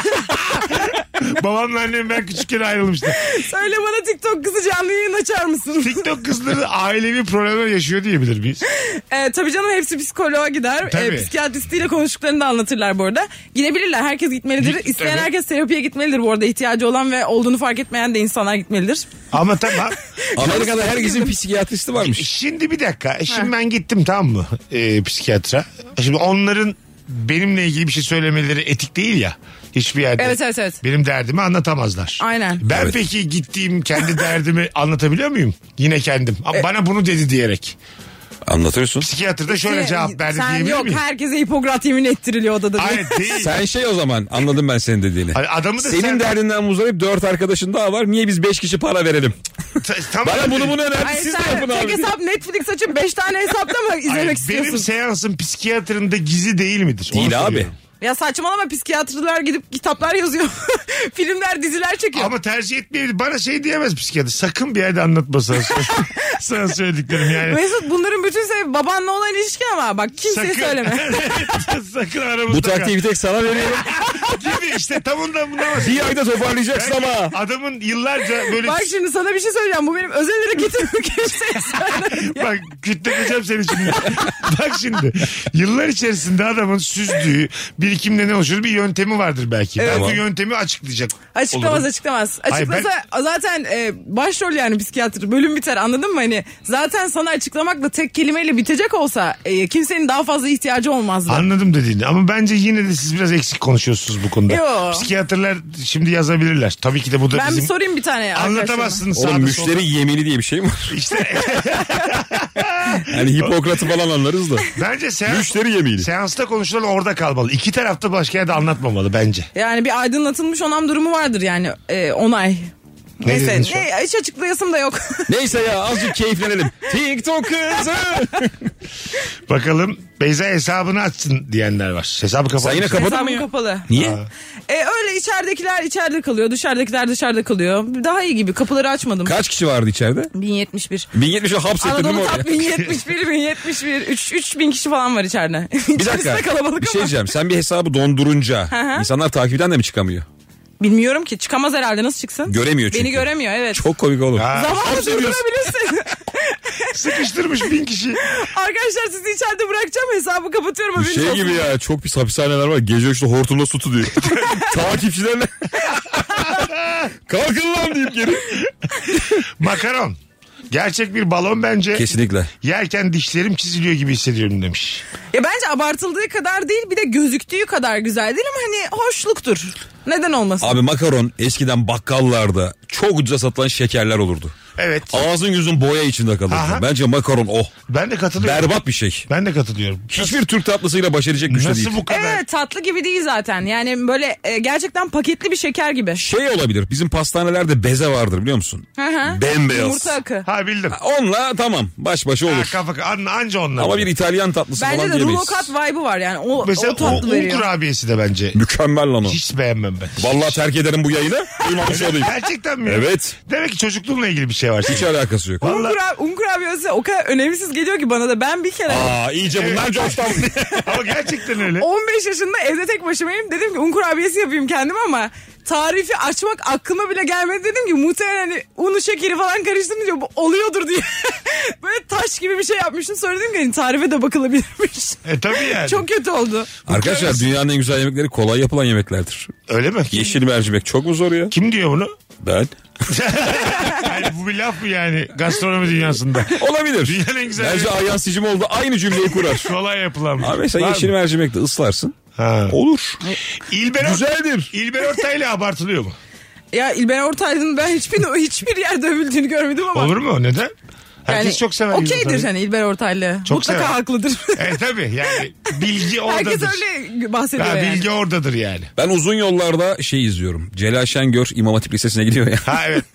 Babamla annem ben küçükken ayrılmıştı. Söyle bana TikTok kızı canlı yayın açar mısın? TikTok kızları ailevi problemler yaşıyor diyebilir miyiz? Tabii canım, hepsi psikoloğa gider. Tabii. Psikiyatristiyle konuştuklarını da anlatırlar bu arada. Gidebilirler. Herkes gitmelidir. İsteyen tabii. herkes terapiye gitmelidir bu arada. İhtiyacı olan ve olduğunu fark etmeyen de insanlar gitmelidir. Ama tamam. Amerika'da herkesin psikiyatristi varmış. Şimdi bir dakika. Şimdi ben gittim, tamam mı? Psikiyatra. Şimdi onların benimle ilgili bir şey söylemeleri etik değil ya. Hiçbir yerde. Evet. Benim derdimi anlatamazlar. Aynen. Ben Evet. peki gittiğim kendi derdimi anlatabiliyor muyum? Yine kendim. Ama bana bunu dedi diyerek. Anlatıyorsun. Psikiyatr da şöyle cevap verdi Sen diyebilir yok, miyim? herkese Hipokrat yemin ettiriliyor odada. Hayır değil. Sen şey o zaman anladım ben senin dediğini. Hani adamı da Senin sen... derdinden muzdarip 4 arkadaşın daha var. Niye biz 5 kişi para verelim? Tamam. Bana bunu önerdi, Hayır, siz de sen yapın tek abi. hesap Netflix açıp 5 tane hesapta mı izlemek Hayır, istiyorsun? benim seansım psikiyatrında gizli değil midir? Onu Değil abi. soruyorum. Ya saçmalama, psikiyatrlar gidip kitaplar yazıyor. Filmler, diziler çekiyor. Ama tercih etmeyebilir. Bana şey diyemez psikiyatr. Sakın bir yerde anlatma sana söylediklerim yani. Mesut, bunların bütün sebebi babanla olan ilişkin ama bak kimseye söyleme. Sakın aramızda Bu kal. taktiği bir tek sana veriyorum. Gibi işte tam ondan bundan bahsediyorum. Bir ayda toparlayacaksın ama. Adamın yıllarca böyle... Bak şimdi sana bir şey söyleyeceğim. Bu benim özel hareketim. Kimseye söyleme. Bak kütleteceğim seni şimdi. Bak şimdi. Yıllar içerisinde adamın süzdüğü birikimle ne oluşur bir yöntemi vardır belki. Ben Tamam. bu yöntemi açıklayacak Açıklamaz. olurum. Hayır, Açıklasa zaten başrol yani psikiyatr. Bölüm biter, anladın mı? Hani zaten sana açıklamakla tek kelimeyle bitecek olsa kimsenin daha fazla ihtiyacı olmazdı. Anladım dediğini ama bence yine de siz biraz eksik konuşuyorsunuz bu konuda. Yo. Psikiyatrlar şimdi yazabilirler. Tabii ki de bu da Ben bizim... bir sorayım bir tane arkadaşlarıma. Anlatamazsınız Oğlum sağda müşteri solda. yemini diye bir şey mi var? İşte Yani Hipokrat'ı falan anlarız da. bence seans, Müşteri yemini. seansta konuşulan orada kalmalı. İki tarafta başka yerde anlatmamalı bence. Yani bir aydınlatılmış onam durumu vardır yani onay. dedin Neyse şu an? hiç açıklayasım da yok. Neyse ya azıcık keyiflenelim. TikTok kızı. Bakalım Beyza hesabını açsın diyenler var. Hesabı kapalı. Sen yine mısın? kapadın mı Hesabım ya? kapalı. Niye? Öyle içeridekiler içeride kalıyor, dışarıdakiler dışarıda kalıyor. Daha iyi gibi, kapıları açmadım. Kaç kişi vardı içeride? 1071. 1070'i hapsettin değil mi Anadolu oraya? Tap 1071. 3000 kişi falan var içeride. Bir İçerisi dakika. de kalabalık Bir şey ama. diyeceğim. Sen bir hesabı dondurunca hı. insanlar takipten de mi çıkamıyor? Bilmiyorum ki, çıkamaz herhalde, nasıl çıksın? Göremiyor çünkü. Beni göremiyor, evet. Çok komik oğlum. Ha, Zamanla durdurabilirsin. sıkıştırmış 1000 kişi. Arkadaşlar sizi içeride bırakacağım, hesabı kapatıyorum. Bu haberiniz şey olsun. gibi ya, çok pis hapishaneler var. Gece 3'te hortumla su tutuyor. Takipçilerle. Kalkın lan deyip geri. Makaron. Gerçek bir balon bence. Kesinlikle. Yerken dişlerim çiziliyor gibi hissediyorum demiş. Ya bence abartıldığı kadar değil, bir de gözüktüğü kadar güzel değil ama hani hoşluktur. Neden olmasın? Abi makaron eskiden bakkallarda çok ucuza satılan şekerler olurdu. Evet. Ağzın yüzün boya içinde kalırdı. Aha. Bence makaron o. Ben de katılıyorum. Berbat bir şey. Ben de katılıyorum. Hiçbir Türk tatlısıyla baş edecek güçte Nasıl değil. bu kadar? Evet, tatlı gibi değil zaten. Yani böyle gerçekten paketli bir şeker gibi. Şey olabilir. Bizim pastanelerde beze vardır biliyor musun? Hı hı. Bembeyaz. Yumurta akı. Ha bildim. Onunla tamam baş başa Ha, olur. anca onlar. Ama bir İtalyan tatlısı Bence falan de diyemeyiz. rulokat vibe'ı var yani. O Mesela o tatlı un veriyor. kurabiyesi de bence. Mükemmel lan o. Hiç beğenmem ben. Vallahi terk ederim bu yayını. Duymamış olayım. Gerçekten mi? Evet. Demek ki çocukluğumla ilgili bir şey. şey var. Hiç alakası yok. Un kurabiyesi o kadar önemsiz geliyor ki bana da. Ben bir kere İyice bunlar coştan. Ama gerçekten öyle. 15 yaşında evde tek başımayım. Dedim ki un kurabiyesi yapayım kendim ama tarifi açmak aklıma bile gelmedi. Dedim ki muhtemelen hani unu şekeri falan karıştırınca bu oluyordur diye. Böyle taş gibi bir şey yapmıştım. Sonra dedim ki hani tarife de bakılabilirmiş. Tabii yani. Çok kötü oldu. Arkadaşlar dünyanın en güzel yemekleri kolay yapılan yemeklerdir. Öyle mi? Yeşil mercimek çok mu zor ya? Kim diyor bunu? Ben. Yani bu bir laf mı yani gastronomi dünyasında? Olabilir. Dünyanın en güzel Bence Ayhan Sicimoğlu aynı cümleyi kurar. kolay yapılan. Abi mesela yeşil mercimekle ıslarsın. Ha. Olur. Güzeldir. İlber Ortaylı abartılıyor mu? Ya İlber Ortaylı'nın ben hiçbir yerde övüldüğünü görmedim ama. Olur mu? Neden? Herkes çok sever. Okeydir hani İlber Ortaylı. Çok mutlaka sever. haklıdır. Tabii yani bilgi oradadır. Herkes öyle bahsediyor Ha, yani. bilgi oradadır yani. Ben uzun yollarda izliyorum. Celal Şengör İmam Hatip Lisesi'ne gidiyor ya. Ha evet.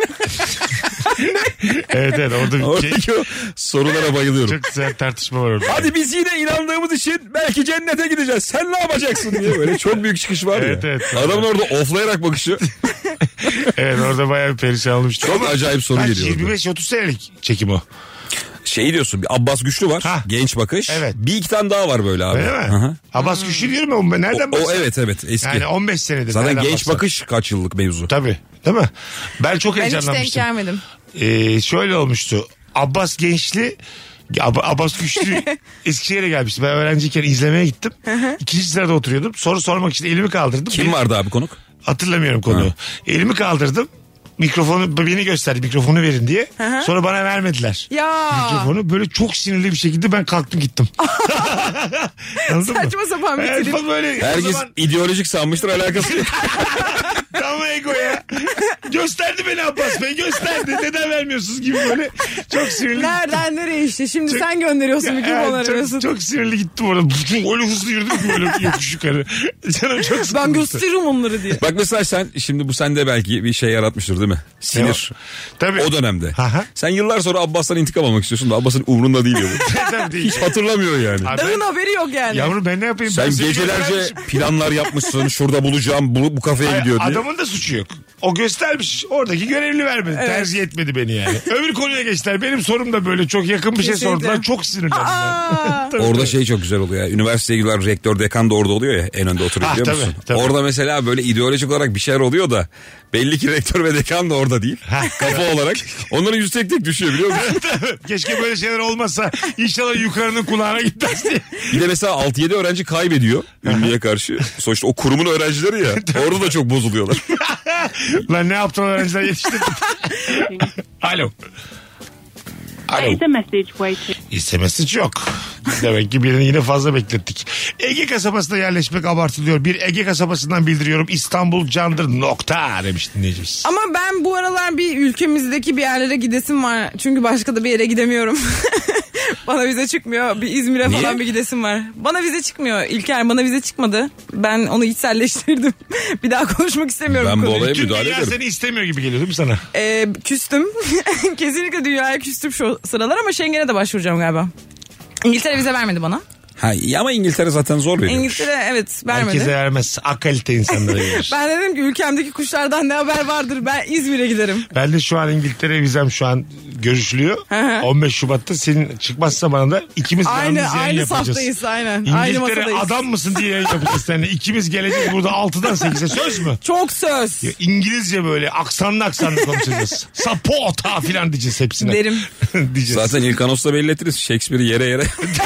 evet orada bir Oradaki o sorulara bayılıyorum. çok güzel tartışma var orada. Hadi biz yine inandığımız için belki cennete gideceğiz. Sen ne yapacaksın diye böyle çok büyük çıkış var Evet, ya. evet. Adamın orada oflayarak bakışı. Evet orada bayağı bir perişan olmuştu. Çok acayip soru geliyor orada. 25-30 senelik çekim o. Diyorsun, bir Abbas Güçlü var. Ha. Genç bakış. Evet. Bir iki tane daha var böyle abi. Öyle mi? Aha. Abbas Güçlü diyorum ama ben nereden O bahsediyorum? evet eski. Yani 15 senedir. Zaten nereden genç baksan? bakış kaç yıllık mevzu. Tabii. Değil mi? Ben çok Ben hiç denk heyecanlanmıştım. gelmedim. Şöyle olmuştu. Abbas Gençli Abbas Güçlü Eskişehir'e gelmişti. Ben öğrenciyken izlemeye gittim. İkinci sırada oturuyordum. Soru sormak için elimi kaldırdım. Kim vardı abi konuk? Hatırlamıyorum konuyu. Elimi kaldırdım. Mikrofonu beni gösterdi, mikrofonu verin diye. Sonra bana vermediler. Ya. Mikrofonu böyle çok sinirli bir şekilde ben kalktım gittim. Anladın mı? Saçma sapan bir Evet, trip. böyle, Herkes o zaman ideolojik sanmıştır, alakası yok. tam ego ya. Gösterdi beni Abbas Bey, gösterdi. Neden vermiyorsunuz gibi böyle. Çok sinirli. Nereden nereye işte. Şimdi sen gönderiyorsun mikrofonları Mesut. çok sinirli gittim orada. Öyle hızlı yürüdüm ki böyle yokuş yukarı. Canım çok sıkılmıştı. Ben gösteririm onları diye. Bak mesela sen şimdi bu sende belki bir şey yaratmıştır değil mi? Sinir. Tabii. O dönemde. Aha. Sen yıllar sonra Abbas'tan intikam almak istiyorsun da Abbas'ın umrunda değil ya bu. Tabii değil. Hiç hatırlamıyor yani. Abi Dağın haberi yok yani. Yavrum ben ne yapayım? Sen Ben seni gecelerce göndermişim. planlar yapmışsın. Şurada bulacağım, bu kafeye gidiyor diye. Adamın da suçu yok. O göstermiş. Oradaki görevli vermedi. Evet. Tercih etmedi beni yani. Öbür konuya geçtiler. Benim sorum da böyle çok yakın bir şey Kesinlikle. sordular. Çok sinirlendim ben. Tabii, Orada tabii. şey çok güzel oluyor ya. Üniversiteye gidiyorlar, rektör, dekan da orada oluyor ya. En önde oturuyor, Ah, biliyor tabii, musun? tabii. Orada mesela böyle ideolojik olarak bir şeyler oluyor da belli ki rektör ve dekan da orada değil. Kafa olarak. Onların yüz tek tek düşüyor, biliyor musun? Keşke böyle şeyler olmasa. İnşallah yukarının kulağına gitmez diye. Bir de mesela 6-7 öğrenci kaybediyor ünlüye karşı. Sonuçta o kurumun öğrencileri ya. Orada da çok bozuluyorlar. Lan ne yaptın öğrenciler yetiştirdim. Alo. Alo. Is a message waiting. İstemesi yok. Demek ki birini yine fazla beklettik. Ege kasabasına yerleşmek abartılıyor. Bir Ege kasabasından bildiriyorum. İstanbul candır nokta demiş dinleyicimiz. Ama ben bu aralar bir ülkemizdeki bir yerlere gidesim var. Çünkü başka da bir yere gidemiyorum. Bana vize çıkmıyor. Bir İzmir'e Niye? falan bir gidesim var. Bana vize çıkmıyor. İlker bana vize çıkmadı. Ben onu içselleştirdim. Bir daha konuşmak istemiyorum. Ben bu konuyu. olaya Tüm müdahale dünya ederim. seni istemiyor gibi geliyor değil mi sana? Küstüm. Kesinlikle dünyaya küstüm şu sıralar ama Schengen'e de başvuracağım galiba. İngiltere vize vermedi bana. Ha, ama İngiltere zaten zor veriyor. İngiltere evet vermedi. Herkese vermez. Akalite insanlara verir. Ben dedim ki ülkemdeki kuşlardan ne haber vardır, ben İzmir'e giderim. Ben de şu an İngiltere vizem şu an görüşülüyor. hı. 15 Şubat'ta senin çıkmazsa bana da ikimiz yalnız yayın Aynı yapacağız. saftayız aynen. Aynı İngiltere masadayız. adam mısın diye yayın yapacağız seninle. İkimiz geleceğiz burada 6'dan 8'e söz mü? Çok söz. Ya İngilizce böyle aksanlı konuşacağız. Sapota filan diyeceğiz hepsine. Derim. diyeceğiz. Zaten İlkan Usta belli ettiniz. Shakespeare'i yere yere.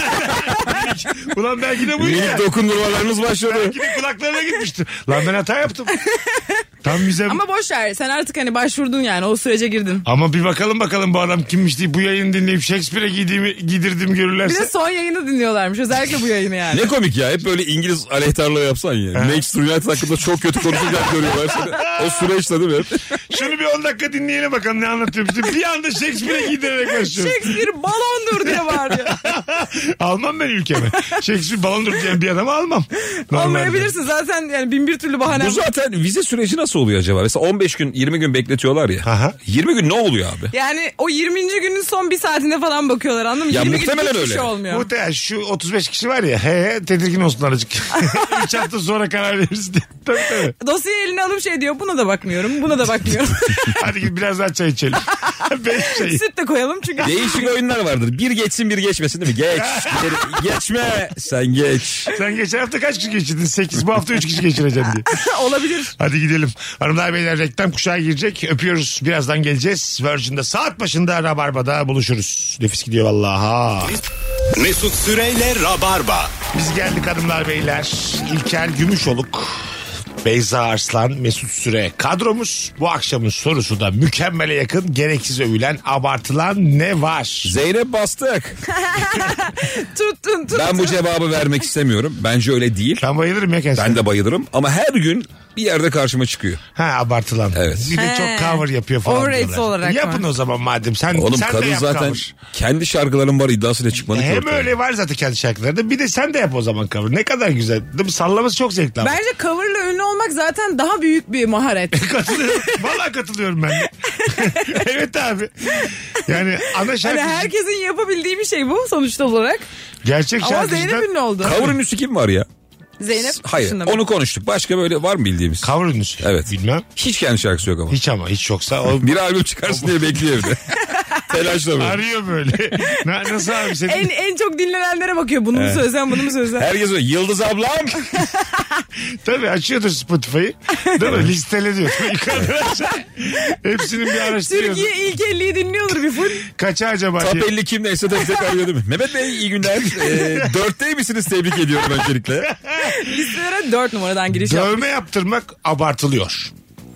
Ulan belki de bu ya. Minik dokundurmalarınız başladı. Belki de kulaklarına gitmiştir. Lan ben hata yaptım. Tam vizem. Ama boş ver, sen artık hani başvurdun yani, o sürece girdin. Ama bir bakalım bu adam kimmiş diye bu yayını dinleyip Shakespeare'e giydirdim Bir görürlerse. de son yayını dinliyorlarmış, özellikle bu yayını yani. Ne komik ya. Hep böyle İngiliz aleyhtarlığı yapsan ya. Manchester United hakkında çok kötü konuşacak görüyorlar seni. O süreçte değil mi? Şunu bir 10 dakika dinleyelim bakalım ne anlatıyor. Bir anda Shakespeare'e giydirerek başlıyor. Shakespeare balondur diye bağırıyor. Almam ben ülkeme. Shakespeare balondur diyen bir adamı almam. Normalde. Olmayabilirsin zaten, yani bin bir türlü bahane. Bu zaten vize süreci nasıl oluyor acaba? Mesela 15 gün 20 gün bekletiyorlar ya. Aha. 20 gün ne oluyor abi? Yani o 20. günün son bir saatinde falan bakıyorlar, anladın mı? Ya 20 gün muhtemelen hiçbir öyle. şey olmuyor. Muhtemelen şu 35 kişi var ya tedirgin olsunlar azıcık. 3 hafta sonra karar veririz diye. Tabii. Dosyayı eline alıp şey diyor, buna da bakmıyorum, buna da bakmıyorum. Hadi git biraz daha çay içelim. Beş şey. Süt de koyalım çünkü. Değişik oyunlar vardır. Bir geçsin bir geçmesin değil mi? Geç. Geçme. Sen geç. Sen geçen hafta kaç kişi geçirdin? 8. Bu hafta 3 kişi geçireceğim diye. Olabilir. Hadi gidelim. Hanımlar beyler reklam kuşağı girecek. Öpüyoruz. Birazdan geleceğiz. Virgin'de saat başında Rabarba'da buluşuruz. Nefis gidiyor vallahi. Mesut Süreyle Rabarba. Biz geldik hanımlar beyler. İlker Gümüşoluk, Beyza Arslan, Mesut Süre kadromuz. Bu akşamın sorusu da mükemmele yakın, gereksiz övülen, abartılan ne var? Zeynep Bastık. Tut. Ben bu cevabı vermek istemiyorum. Bence öyle değil. Ben bayılırım ya kendisine. Ben de bayılırım ama her gün bir yerde karşıma çıkıyor. Ha, abartılan. Evet. Bir de çok cover yapıyor falan. Overrated diyorlar. olarak Yapın mı? o zaman madem. Sen, Oğlum sen de kadın yap zaten cover. kendi şarkıların var iddiasıyla çıkmadı ki Hem ortaya. öyle var zaten kendi şarkılarında. Bir de sen de yap o zaman cover. Ne kadar güzel. Değil mi? Sallaması çok zevkli ama. Bence coverla ünlü olmak zaten daha büyük bir maharet. Katılıyorum. Vallahi katılıyorum ben de. Evet abi. Yani ana şarkı. Hani herkesin yapabildiği bir şey bu sonuçta olarak. Gerçek Ama şarkıcıdan. Zeynep ünlü oldu. Cover ünlüsü kim var ya? Zeynep Hayır dışında mı? onu konuştuk. Başka böyle var mı bildiğimiz? Cover ünlüsü. Evet. Bilmem. Hiç kendi şarkısı yok ama. Hiç ama hiç yoksa. O Bir albüm çıkarsın diye bekliyor evde. Telaşla böyle. arıyor böyle. Nasıl abi senin? En çok dinlenenlere bakıyor. Bunu mu söylesem bunu mu söylesem. Herkes öyle. Yıldız ablam. Tabii açıyordur Spotify'ı. Değil mi? Listele diyor. Yukarıdan aşağı. Hepsinin bir araştırıyor. Türkiye ilk 50'yi dinliyordur bir full. Kaça acaba Top diye. 50 kim neyse tek tek arıyor değil mi? Mehmet Bey iyi günler. Dörtteymişsiniz tebrik ediyorum öncelikle. Listelere 4 numaradan giriş yap. Dövme yaptırmak abartılıyor.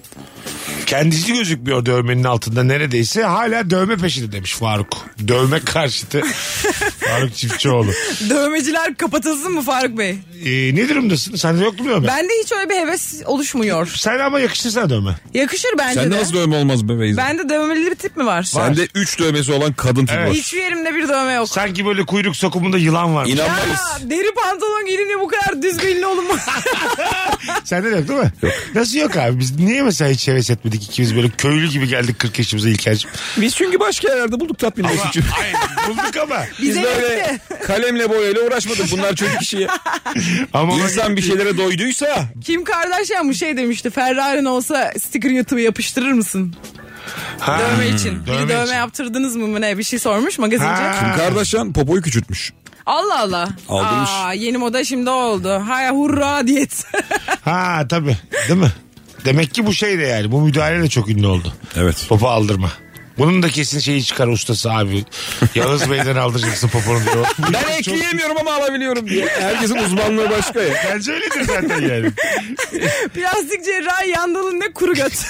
Kendisi gözükmüyor dövmenin altında neredeyse. Hala dövme peşinde demiş Faruk. Dövme karşıtı Faruk Çiftçioğlu. Dövmeciler kapatılsın mı Faruk Bey? Ne durumdasın? Sende yok mu dövme? Bende hiç öyle bir heves oluşmuyor. Sen ama yakıştırsana dövme. Yakışır bence Sende de. nasıl dövme olmaz be Beyza? Bende dövmeli bir tip mi var? Sende 3 dövmesi olan kadın tipi Evet. var. Hiçbir yerimde bir dövme yok. Sanki böyle kuyruk sokumunda yılan var. İnanmayız. Ya, deri pantolon giyince bu kadar düz belli olunmaz. Sende de yok değil mi? Yok. Nasıl yok abi? Biz niye mesela hiç heves etmedik ikimiz böyle köylü gibi geldik 40 yaşımıza İlker'cim. Biz çünkü başka yerlerde bulduk tatmin Ama Mesut'cum. hayır bulduk ama. Biz Bize böyle yetti. kalemle boyayla uğraşmadık. Bunlar çocuk işi. Ama İnsan bir şeylere doyduysa Kim Kardashian bu şey demişti. Ferrari'nin olsa sticker YouTube'a yapıştırır mısın? Ha, Dövme için. dövme Bir dövme için. yaptırdınız mı ne bir şey sormuş magazinci. Ha. Kardashian popoyu küçültmüş. Allah Allah. Aldırmış. Yeni moda şimdi oldu. Hay hurra diyet. Ha tabii değil mi? Demek ki bu şey de yani bu müdahale de çok ünlü oldu. Evet. Popo aldırma. Bunun da kesin şeyi çıkar ustası abi. Yağız Bey'den aldıracaksın poponu diyor. Ben ekleyemiyorum ama alabiliyorum diye. Herkesin uzmanlığı başka ya. Bence öyledir zaten yani. Plastik cerrahi yandalın ne kuru göt.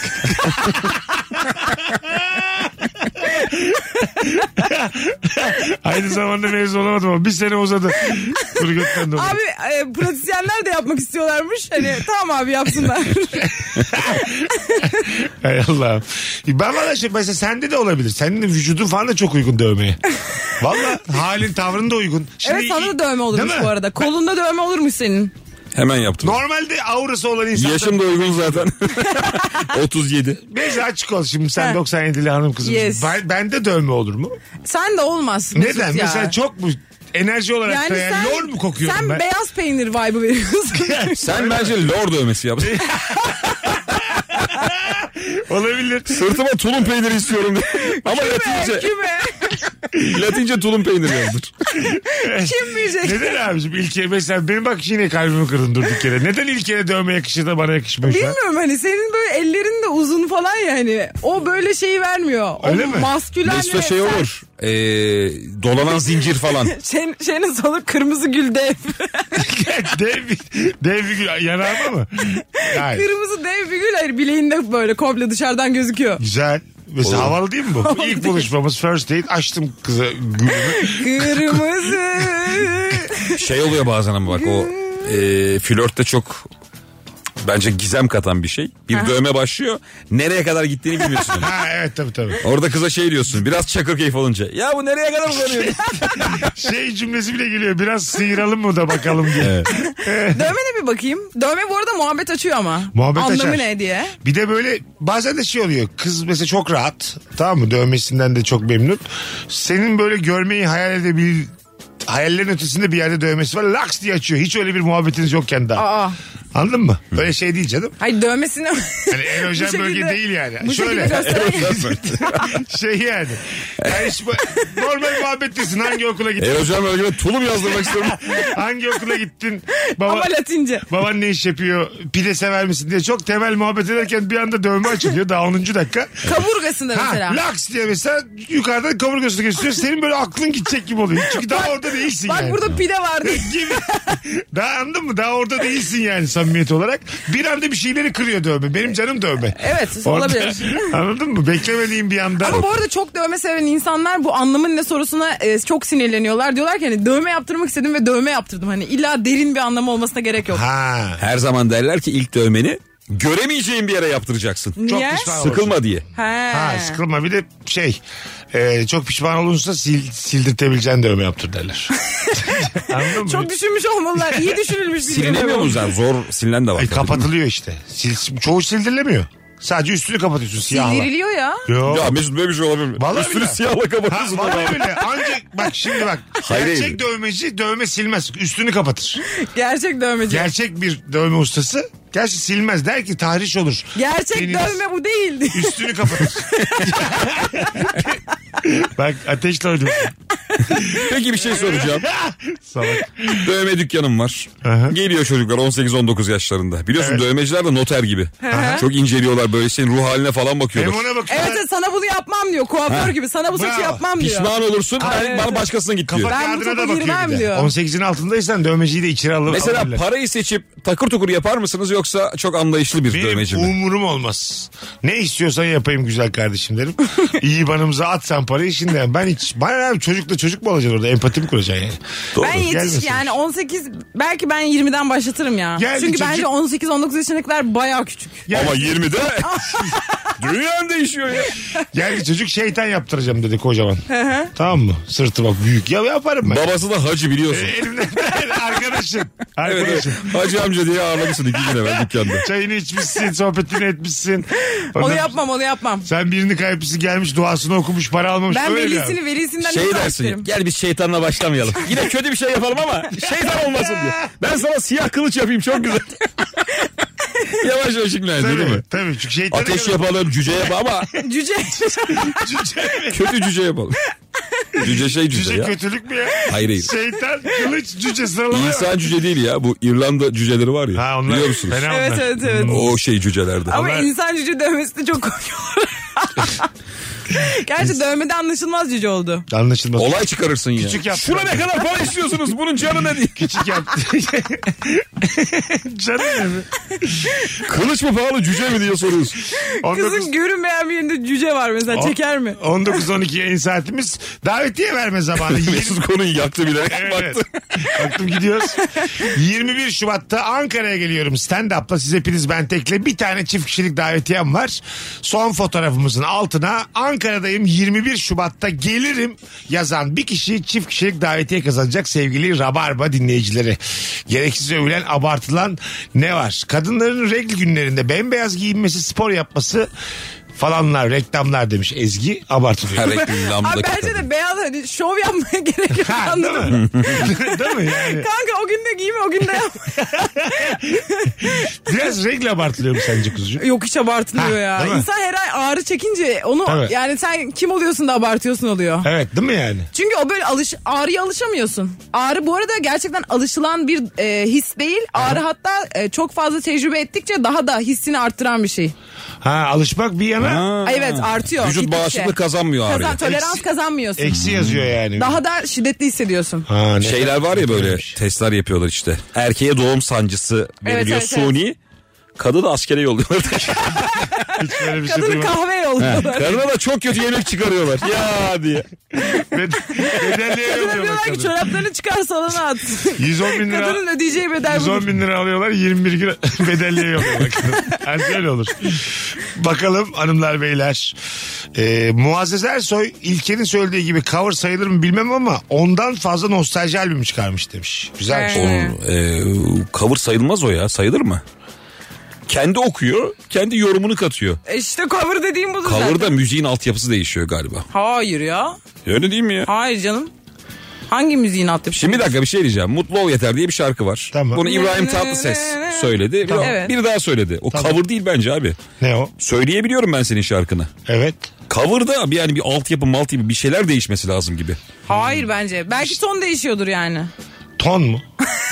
Aynı zamanda mezun olamadım ama bir sene uzadı. Kuru gökten dolayı. Abi pratisyenler de yapmak istiyorlarmış. Hani tamam abi yapsınlar. Hay Allah'ım. Ben valla şey mesela sende de olabilir. Senin de vücudun falan da çok uygun dövmeye. Valla halin tavrın da uygun. Şimdi, Evet sana da dövme olurmuş Değil mi? bu arada. Kolunda dövme olurmuş senin. Hemen yaptım. Normalde aurası olan insan. Yaşım da uygun zaten. 37. Neyse açık ol şimdi sen He. 97'li hanım kızım. Yes. Bende dövme olur mu? Sen de olmaz. Mesut Neden? ya. Mesela çok mu enerji olarak yani da yani sen, lor mu kokuyorum sen ben? beyaz peynir vibe'ı veriyorsun. Sen bence lor dövmesi yap. Olabilir. Sırtıma tulum peyniri istiyorum diye. Ama Latince. Küme. Latince tulum peyniri yazdır. Kim bilecek? Neden abicim İlker'e mesela benim bak yine kalbimi kırdın durduk yere. Neden İlker'e dövme yakışır da bana yakışmıyor şu an? Bilmiyorum hani senin böyle ellerin de uzun falan yani. O böyle şeyi vermiyor. Öyle o mi? maskülen Mesut'a ve şey sen- olur. Dolanan zincir falan. Şeyinin sonu kırmızı gül dev. dev bir gül yanağıma mı? Hayır. Kırmızı dev bir gül hayır bileğinde böyle komple dışarıdan gözüküyor. Güzel. Mesela havalı değil mi bu? İlk buluşmamız first date açtım kıza gülümü. Kırmızı. Şey oluyor bazen ama bak o flörtte çok bence gizem katan bir şey. Bir dövme başlıyor. Nereye kadar gittiğini bilmiyorsun. Ha evet tabii. Orada kıza şey diyorsun. Biraz çakır keyif olunca. Ya bu nereye kadar uzanıyor? Şey cümlesi bile geliyor. Biraz sıyıralım mı da bakalım diye. Dövmene bir bakayım. Dövme bu arada muhabbet açıyor ama. Muhabbet Anlamı açar. ne diye. Bir de böyle bazen de şey oluyor. Kız mesela çok rahat. Tamam mı? Dövmesinden de çok memnun. Senin böyle görmeyi hayallerin ötesinde bir yerde dövmesi var. Laks diye açıyor. Hiç öyle bir muhabbetiniz yokken daha. Aa. Anladın mı? Böyle şey değil canım. Hayır dövmesini... Hani erojen Bu bölge şekilde- değil yani. bu Şöyle. şekilde göstererek- Şey yani. Yani normal muhabbettesin. Hangi okula gittin? Hocam öyle tulum yazdırmak istiyorum. Hangi okula gittin? Ama Latince. Baban ne iş yapıyor? Pide sever misin diye çok temel muhabbet ederken bir anda dövme açılıyor. Daha 10. dakika. Kaburgasında Ha, mesela. laks diye mesela yukarıdan kaburgasını gösteriyor. Senin böyle aklın gidecek gibi oluyor. Çünkü daha orada değilsin Bak yani. burada pide vardı. Gibi. Daha anladın mı? Daha orada değilsin yani samimiyet olarak. Bir anda bir şeyleri kırıyor dövme. Benim canım dövme. Evet Orada- olabilir. Anladın mı? Beklemediğim bir anda. Ama bu arada çok dövme seven insanlar bu anlamın ne sorusuna çok sinirleniyorlar. Diyorlar ki hani dövme yaptırmak istedim ve dövme yaptırdım. Hani illa derin bir anlamı olmasına gerek yok. Ha. Her zaman derler ki ilk dövmeni göremeyeceğin bir yere yaptıracaksın. Çok Niye? pişman olursun. Sıkılma diye. Ha, sıkılma. Bir de şey çok pişman olunsa sildirtebileceğin dövme yaptır derler. Anladın mı? Çok düşünmüş olmalılar. İyi düşünülmüş. bir Silinemiyor cümle bu. mu zaten? Zor silinen de var. Ay, tabii. kapatılıyor işte. Çoğu sildirilemiyor. Sadece üstünü kapatıyorsun siyahla. Sildiriliyor ya. Yok. Ya Mesut böyle bir şey olabilir mi? Vallahi Üstünü billahi. siyahla Ha, kapatıyorsun. vallahi öyle. Ancak bak şimdi bak. Hayır, Gerçek hayır. dövmeci dövme silmez. Üstünü kapatır. Gerçek dövmeci. Gerçek bir dövme ustası gerçi silmez. Der ki tahriş olur. Gerçek Senin dövme bu değildi. Üstünü kapatır. Bak ateşle oynuyorsun. Peki bir şey soracağım. Salak. Dövme dükkanım var. Aha. Geliyor çocuklar 18-19 yaşlarında. Biliyorsun Evet. dövmeciler de noter gibi. Çok inceliyorlar böyle senin ruh haline falan Hem bakıyorlar. ona bakıyorlar. Evet sana bunu yapmam diyor. Kuaför gibi sana bu saçı Bravo. yapmam diyor. Pişman olursun Evet. bana başkasına git diyor. Kafa Ben bu kağıdına da topa bakıyor girmem bir de. diyor. 18'in altındaysan dövmeciyi de içeri alır. Mesela alırlar. parayı seçip takır tukur yapar mısınız yoksa çok anlayışlı bir Benim dövmeci mi? umurum olmaz. Ne istiyorsan yapayım güzel kardeşim derim. İyi banımıza at sen parayı şimdi. Ben hiç bana abi çocukla çocuk mu olacaksın orada empati mi kuracaksın yani? Ben Gelmesin. yetiş yani 18 belki ben 20'den başlatırım ya. Geldi Çünkü çocuk. bence 18-19 yaşındakiler bayağı küçük. Ama 20'de dünya değişiyor ya. Geldi çocuk şeytan yaptıracağım dedi kocaman. Tamam mı? Sırtı bak büyük. Ya yaparım ben. Babası da hacı biliyorsun. Elimden arkadaşım. Evet, Arkadaşım. evet. Hacı amca diye ağırlamışsın 2 gün evvel dükkanda. Çayını içmişsin, sohbetini etmişsin. Onu Ondan- yapmam. Sen birini kaybetmişsin gelmiş duasını okumuş para almamış. Ben Öyle yani. velisinden Şey hesap dersin isterim. gel biz şeytanla başlamayalım. Yine kötü bir şey yapalım ama şeytan olmasın diye. Ben sana siyah kılıç yapayım çok güzel. Yavaş yavaş ikna değil mi? Tabii çünkü şeytanı Ateş yapalım cüce yapalım ama Cüce. kötü cüce yapalım. Cüce şey cüce Cüce ya. kötülük mü ya? Hayır hayır. Şeytan, kılıç, cüce sıralama. İnsan cüce değil ya. Bu İrlanda cüceleri var ya. Ha onlar Biliyor musunuz? fena Evet onlar. evet evet. O şey cücelerde. Ama Onlar- insan cüce dövmesi de çok koyuyorlar. Gerçi dövmede anlaşılmaz cüce oldu. Anlaşılmaz. Olay çıkarırsın ya. Küçük yaptı. Şuna ne kadar para istiyorsunuz? Bunun canı ne diye. Küçük yaptı. Canım benim. Kılıç mı pahalı cüce mi diye soruyorsun. 19, Kızın görünmeyen bir yerinde cüce var mesela çeker mi? 19-12 yayın saatimiz davetiye verme zamanı. Mesut konuyu yaktı bile. Evet. Baktı. Baktım gidiyoruz. 21 Şubat'ta Ankara'ya geliyorum stand-up'la. Siz hepiniz ben tekle. Bir tane çift kişilik davetiyem var. Son fotoğrafımızın altına Ankara'dayım 21 Şubat'ta gelirim yazan bir kişi çift kişilik davetiye kazanacak sevgili Rabarba dinleyicileri. Gereksiz övülen abartılan ne var? Kadınların regl günlerinde bembeyaz giyinmesi, spor yapması falanlar, reklamlar demiş Ezgi. Abartılıyor. Her reklamda Abi bence de beyaz hani şov yapmaya gerek yok Ha, değil anladın mı? mi? Değil mi yani? Kanka o gün de giyme o gün de yapma. Biraz regl abartılıyor mu sence kuzucuğum? Yok hiç abartılıyor Ha, ya. değil mi? İnsan her ay ağrı çekince onu Evet. yani sen kim oluyorsun da abartıyorsun oluyor. Evet değil mi yani? Çünkü o böyle ağrıya alışamıyorsun. Ağrı bu arada gerçekten alışılan bir his değil. Ağrı hatta çok fazla tecrübe ettikçe daha da hissini arttıran bir şey. Ha alışmak bir yana Ay, evet artıyor. Vücut gittikçe. bağışıklık kazanmıyor ağrıya. Tolerans kazanmıyorsun. eksi yazıyor yani. Daha da şiddetli hissediyorsun. Ha, ne Şeyler var ya böyle testler yapıyorlar işte. Erkeğe doğum sancısı veriliyor Evet, evet, suni. Kadını askere yolluyorlar. Hiç böyle bir şey Kadını duymadım. kahve yolluyorlar. Karına da çok kötü yemek çıkarıyorlar. Ya diye. Bedelliye Kadına yolluyorlar diyorlar ki kadın. çoraplarını çıkar salona at. 110 bin lira. Kadının ödeyeceği bedel 110 budur. bin lira alıyorlar 21 gün bedelliye yolluyorlar. Hani öyle olur. Bakalım hanımlar beyler. Muazzez Ersoy İlker'in söylediği gibi cover sayılır mı bilmem ama ondan fazla nostalji albümü çıkarmış demiş. Güzelmiş. Onun cover sayılmaz o ya. Sayılır mı? Kendi okuyor, kendi yorumunu katıyor. İşte cover dediğim budur zaten. Cover'da müziğin altyapısı değişiyor galiba. Hayır ya. Öyle değil mi ya? Hayır canım. Hangi müziğin altyapısı? Şimdi bir dakika bir şey diyeceğim. Mutlu ol yeter diye bir şarkı var. Tamam. Bunu İbrahim Tatlıses söyledi. Evet. Bir daha söyledi. O cover değil bence abi. Ne o? Söyleyebiliyorum ben senin şarkını. Evet. Cover'da yani bir altyapı bir şeyler değişmesi lazım gibi. Hayır bence. Belki ton değişiyordur yani. Ton mu?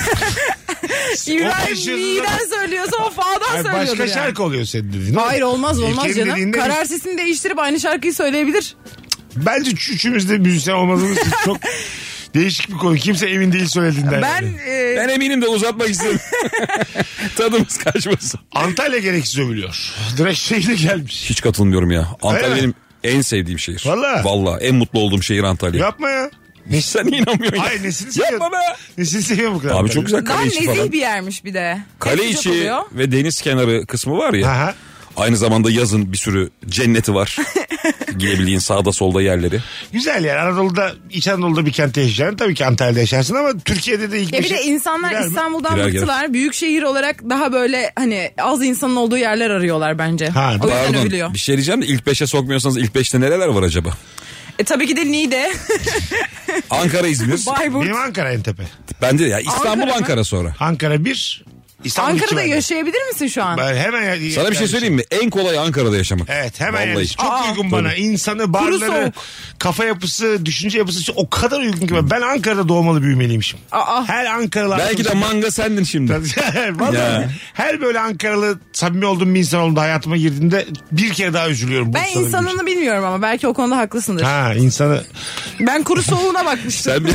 İbrahim taşıyorsun mi'den söylüyorsa o fa'dan Hayır, söylüyordur başka yani. şarkı oluyor senin dediğin. Hayır olmaz İlker'in canım. dediğinde Karar sesini değiştirip aynı şarkıyı söyleyebilir. Bence üçümüz de müzisyen olmadığımız için çok değişik bir konu. Kimse emin değil söylediğinden. Ben yani. Ben eminim de uzatmak istedim. Tadımız kaçmasın. Antalya gereksiz övülüyor. Direkt şeyle gelmiş. Hiç katılmıyorum ya. Öyle Antalya mi? benim en sevdiğim şehir. Vallahi? Vallahi en mutlu olduğum şehir Antalya. Yapma ya. Sen inanmıyorsun. Ay nesini seviyorsun? Yapma be. Nesini seviyor bu kadar? Abi çok güzel daha kale içi nezih falan. bir yermiş bir de. Kale Hepsi çok içi oluyor. ve deniz kenarı kısmı var ya. Aha. Aynı zamanda yazın bir sürü cenneti var. Gidebildiğin sağda solda yerleri. Güzel yani Anadolu'da, İç Anadolu'da bir kentte yaşayacaksın. Tabii ki Antalya'da yaşarsın ama Türkiye'de de ilk Ya bir de insanlar girer mi? İstanbul'dan Girer, bıktılar. Büyük şehir olarak daha böyle hani az insanın olduğu yerler arıyorlar bence. Ha, O yüzden Pardon övülüyor. bir şey diyeceğim de ilk 5'e sokmuyorsanız ilk 5'te nereler var acaba? Tabii ki de Niğde. Ankara, İzmir. Bayburt. Benim Ankara en tepe. Bende ya İstanbul, Ankara mı? Ankara sonra. Ankara 1, İstanbul 2 Ankara'da bende. yaşayabilir misin şu an? Ben hemen Sana bir şey söyleyeyim mi? En kolay Ankara'da yaşamak. Evet hemen Vallahi. yani çok uygun bana. İnsanı, barları, soğuk. kafa yapısı, düşünce yapısı o kadar uygun ki ben Ankara'da doğmalı büyümeliymişim. Aa. Her Ankaralı Belki de manga sendin şimdi. Vallahi Ya. her böyle Ankaralı samimi olduğum bir insan olduğunda hayatıma girdiğinde bir kere daha üzülüyorum. Ben Bursa'da insanını bilmiyorum ama belki o konuda haklısındır. Ha insanı Ben kuru soğuğuna bakmıştım. Sen bir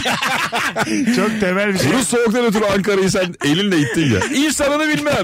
çok temel bir şey. bu soğuktan ötürü Ankara'yı sen elinle ittin ya. İnsanını bilmem.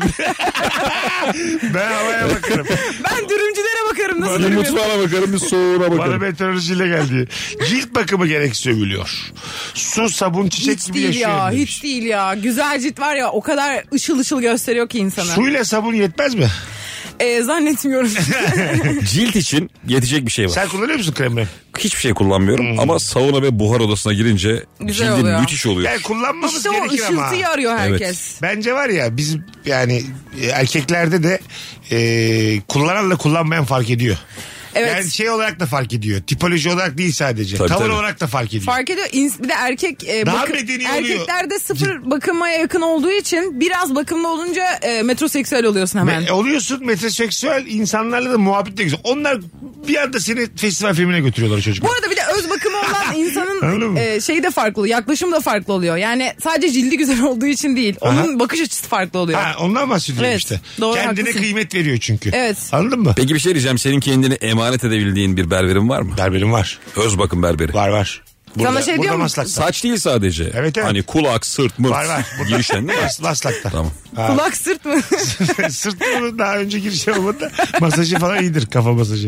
Ben havaya bakarım. Ben dürümcülere bakarım nasıl Bir dürüm mutfağına bakarım bir soğuğuna Bana bakarım. meteorolojiyle geldi. Cilt bakımı gereksiz övülüyor. Su, sabun, çiçek Hiç gibi değil yaşıyor. ya, demiş. hiç değil ya. Güzel cilt var ya, o kadar ışıl ışıl gösteriyor ki insana. Suyla sabun yetmez mi? Zannetmiyorum. Cilt için yetecek bir şey var. Sen kullanıyor musun kremi? Hiçbir şey kullanmıyorum ama sauna ve buhar odasına girince Güzel cildim oluyor. müthiş oluyor. Yani kullanmamız İşte o gerekir ama. ışıltıyı arıyor herkes. Bence var ya biz yani erkeklerde de kullananla kullanmayan fark ediyor. Evet. Yani şey olarak da fark ediyor. Tipoloji olarak değil sadece. Tabii, Tavır tabii. olarak da fark ediyor. Fark ediyor. Bir de erkek Daha medeni oluyor. erkeklerde sıfır bakıma yakın olduğu için biraz bakımlı olunca metroseksüel oluyorsun hemen. Oluyorsun metroseksüel insanlarla da muhabbet de güzel. Onlar bir anda seni festival filmine götürüyorlar çocuklar. Bu arada bir de öz bakımı olan Anladın insanın mı? şeyi de farklı, yaklaşım da farklı oluyor. Yani sadece cildi güzel olduğu için değil. Onun bakış açısı farklı oluyor. Ha, ondan bahsediyorum Evet, işte. doğru, Kendine haklısın. kıymet veriyor çünkü. Evet. Anladın mı? Peki bir şey diyeceğim. Senin kendini emanet edebildiğin bir berberin var mı? Berberim var. Öz bakım berberi. Var. Sana şey diyor mu? Maslak'ta. Saç değil sadece. Evet. Hani kulak, sırt, mırt. Var. Girişen değil mi? Maslak'ta. Tamam. Kulak sırt mı? Sırt mı daha önce girişi olmadı da masajı falan iyidir, kafa masajı.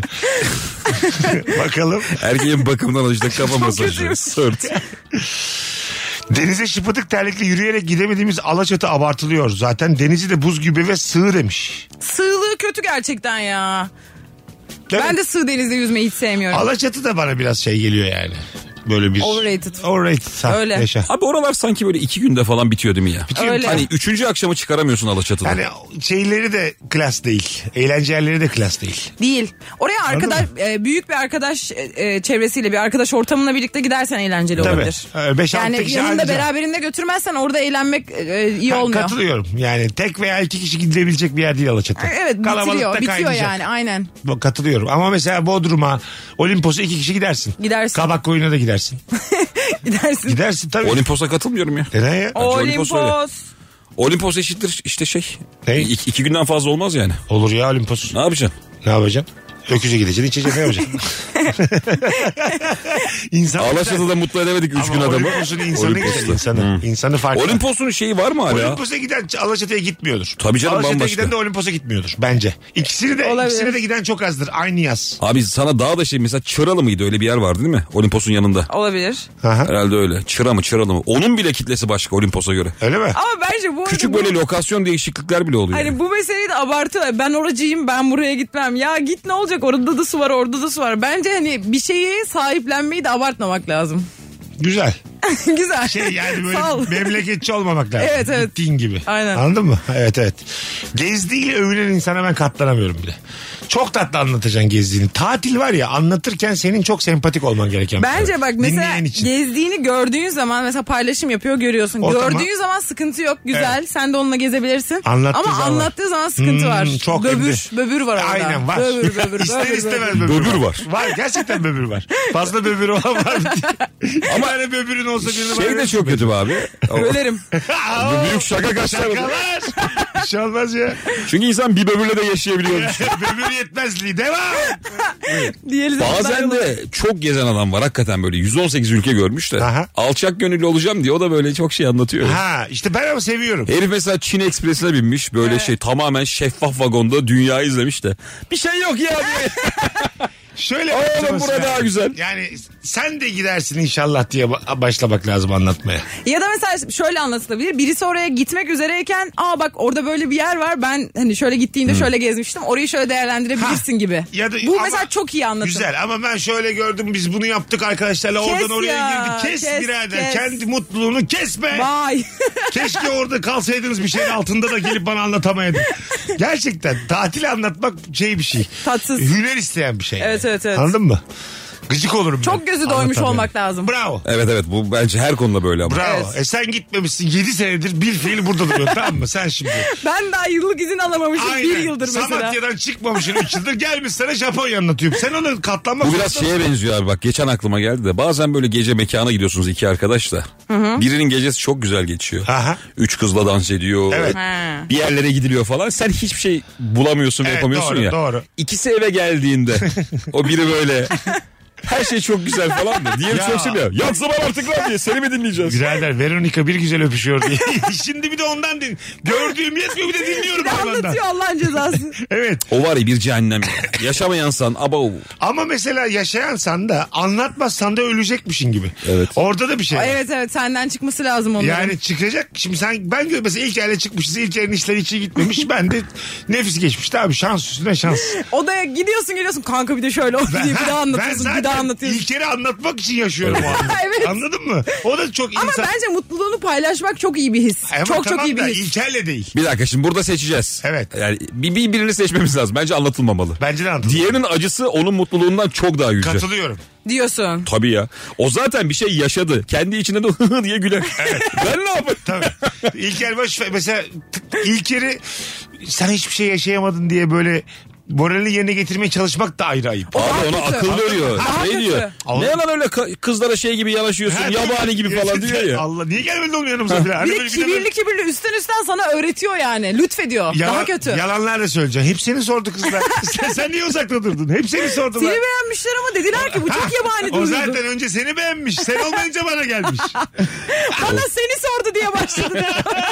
Bakalım. Erkeğin bakımından alıştık kafa masajı. Sırt. Denize şıpıdık terlikle yürüyerek gidemediğimiz Alaçatı abartılıyor. Zaten denizi de buz gibi ve sığ demiş. Sığlığı kötü gerçekten ya. Değil Ben mi? de sığ denizde yüzmeyi hiç sevmiyorum. Alaçatı da bana biraz şey geliyor yani. Böyle bir... Overrated. Overrated. Ha, Öyle. yaşa. Abi oralar sanki böyle 2 günde falan bitiyor değil mi ya? Bitiyor. Öyle. Hani 3. akşamı çıkaramıyorsun Alaçatı'da. Yani şeyleri de klas değil. Eğlence yerleri de klas değil. Değil. Oraya arkadaş Anladın büyük bir arkadaş çevresiyle bir arkadaş ortamına birlikte gidersen eğlenceli Tabii. olabilir. 5-6 Yani kişi yanında anca. beraberinde götürmezsen orada eğlenmek iyi Ha, olmuyor. Katılıyorum. Yani tek veya 2 kişi gidilebilecek bir yer değil Alaçatı. Evet bitiyor kaynayacak. yani aynen. Katılıyorum. Ama mesela Bodrum'a, Olimpos'a 2 kişi gidersin. Gidersin. Kabak koyuna da gidersin. Gidersin. Gidersin tabii. Olimpos'a katılmıyorum ya. Neden ya? Olimpos öyle. Olimpos. Olimpos eşittir işte şey. Ne? 2 günden fazla olmaz yani. Olur ya Olimpos. Ne yapacaksın? Ne yapacaksın? Öküze gideceksin, içeceksin, ne yapacaksın? İnsan Alaçatı'da mutlu edemedik 3 gün Ama adamı. Olimpos'un insanı Olimpos'ta. güzel, insanı. İnsanı farklı. Olimpos'un şeyi var mı hala? Olimpos'a giden Alaçatı'ya gitmiyordur. Tabii canım, Alaçatı'ya bambaşka. giden de Olimpos'a gitmiyordur bence. İkisine de giden çok azdır. Aynı yaz. Abi sana daha da şey mesela Çıralı mıydı öyle bir yer vardı değil mi? Olimpos'un yanında. Olabilir. Aha. Herhalde öyle. Çıralı mı? Onun bile kitlesi başka Olimpos'a göre. Öyle mi? Ama bence bu Küçük arada böyle lokasyon değişiklikler bile oluyor. Hani bu meseleyi de abartıyorlar. Ben oracıyım, ben buraya gitmem. Ya git, ne olacak, orada da su var, orada da su var. Bence hani bir şeyi sahiplenmeyi de abartmamak lazım. Güzel. Güzel. Şey yani böyle Sağ ol. memleketçi olmamak lazım. Evet, evet. Gittiğin gibi. Aynen. Anladın mı? Evet. Gezdiğiyle övülen insana ben katlanamıyorum bile. Çok tatlı anlatacaksın gezdiğini. Tatil var ya, anlatırken senin çok sempatik olman gereken. Bence bak mesela Dinleyen için. gezdiğini gördüğün zaman mesela paylaşım yapıyor görüyorsun. O Gördüğün tamam. zaman sıkıntı yok, güzel. Sen de onunla gezebilirsin. Anlattığı Ama zaman. anlattığı zaman sıkıntı var. Çok Böbür var orada. Aynen var. Böbür. İster istemez Böbür var. Var, gerçekten böbür var. Fazla böbür olan var mı? Ama hani böbürün olsa birini Şey de çok kötü be abi. Ölerim. Bu büyük şaka kaçlar. Şakalar. Bir şey olmaz ya. Çünkü insan bir böbürle de yaşayabiliyor. Böbür yetmezliği. Devam. Diğeri Bazen de çok gezen adam var hakikaten, böyle 118 ülke görmüş de. Aha. Alçak gönüllü olacağım diye o da böyle çok şey anlatıyor. Ha işte ben ama seviyorum. Herif mesela Çin Ekspresi'ne binmiş, böyle şey tamamen şeffaf vagonda dünyayı izlemiş de. Bir şey yok ya diye. Şöyle Oğlum, başlaması burada lazım. daha güzel. Yani sen de gidersin inşallah diye başlamak lazım anlatmaya. Ya da mesela şöyle anlatılabilir. Birisi oraya gitmek üzereyken bak orada böyle bir yer var. Ben hani şöyle gittiğinde şöyle gezmiştim. Orayı şöyle değerlendirebilirsin gibi. Ya da, Bu ama mesela çok iyi anlatım. Güzel ama ben şöyle gördüm, biz bunu yaptık arkadaşlarla, oradan oraya ya, girdik. Kes birader, kes. kendi mutluluğunu kesme. Vay. Keşke orada kalsaydınız bir şeyin altında da gelip bana anlatamaydın. Gerçekten tatil anlatmak bir şey. Tatsız. Hüner isteyen bir şey. Evet, evet, evet. Anladın mı? Gıcık olurum ben. Çok gözü doymuş Anlatamıyorum. olmak lazım. Bravo. Evet bu bence her konuda böyle ama. Bravo. Evet. Sen gitmemişsin 7 senedir, bir fiil burada duruyor, tamam mı? Sen şimdi. Ben daha yıllık izin alamamışım. Aynen. Bir yıldır mesela. Samatya'dan çıkmamışsın 3 yıldır, gelmiş sana Japonya anlatıyor. Sen ona katlanmak Bu biraz şeye benziyor abi, bak geçen aklıma geldi de, bazen böyle gece mekana gidiyorsunuz iki arkadaş da. Birinin gecesi çok güzel geçiyor. Aha. 3 kızla dans ediyor. Evet. Ha. Bir yerlere gidiliyor falan. Sen hiçbir şey bulamıyorsun ve Evet, yapamıyorsun doğru, ya. doğru. İkisi eve geldiğinde o biri böyle her şey çok güzel falan diyor. Diğeri Ya. çok seviyor. Yatsın artık lan diye, seni mi dinleyeceğiz? Birader Veronica bir güzel öpüşüyor diye. Şimdi bir de ondan din. Gördüğüm yetmiyor, bir de dinliyorum Bir de hayvandan. anlatıyor Allah'ın cezası. Evet. O var ya bir cehennem. Yaşamayansan aba. Ama mesela yaşayansan da anlatmazsan da ölecekmişin gibi. Evet. Orada da bir şey var. Evet senden çıkması lazım onların. Yani çıkacak. Şimdi ben mesela ilk yerle çıkmışız. İlk yerin işleri hiç iyi gitmemiş. Ben de nefis geçmişti abi. Şans üstüne şans. Odaya gidiyorsun kanka bir de şöyle oldu diye bir daha anlatıyorsun, bir daha anlatıyorsun. ilk yeri anlatmak için yaşıyorum o anda. Evet. Anladın mı? O da çok Ama insan. bence mutluluğunu paylaşmak çok iyi bir his. Ama çok tamam iyi bir da his. İlker'le değil. Bir dakika, şimdi burada seçeceğiz. Evet. Yani birini seçmemiz lazım. Bence anlatılmamalı. Bence de anlatılıyor. Diğerinin acısı onun mutluluğundan çok daha yüce. Katılıyorum. Diyorsun. Tabii ya. O zaten bir şey yaşadı. Kendi içinde de hı diye güler. Ben ne yapayım? Tabii. İlker boş ver. Mesela İlker'i sen hiçbir şey yaşayamadın diye böyle moralini yerine getirmeye çalışmak da ayrı ayıp. Abi ona kötü. akıl veriyor. Daha Ne kötü. diyor? Ama- Ne lan öyle kızlara şey gibi yanaşıyorsun, Ha, yabani gibi falan diyor ya. Allah niye gelmedin oğlum yanımıza falan. Hani Bir de böyle kibirli üstten sana öğretiyor yani. Lütfediyor. Daha kötü. Yalanlar da söyleyeceksin. Hep seni sordu kızlar. sen niye uzakta durdun? Hep seni sordular. Seni beğenmişler ama dediler ki bu çok yabani O duruyordu. zaten önce seni beğenmiş. Sen olmayınca bana gelmiş. Bana seni sordu diye başladı.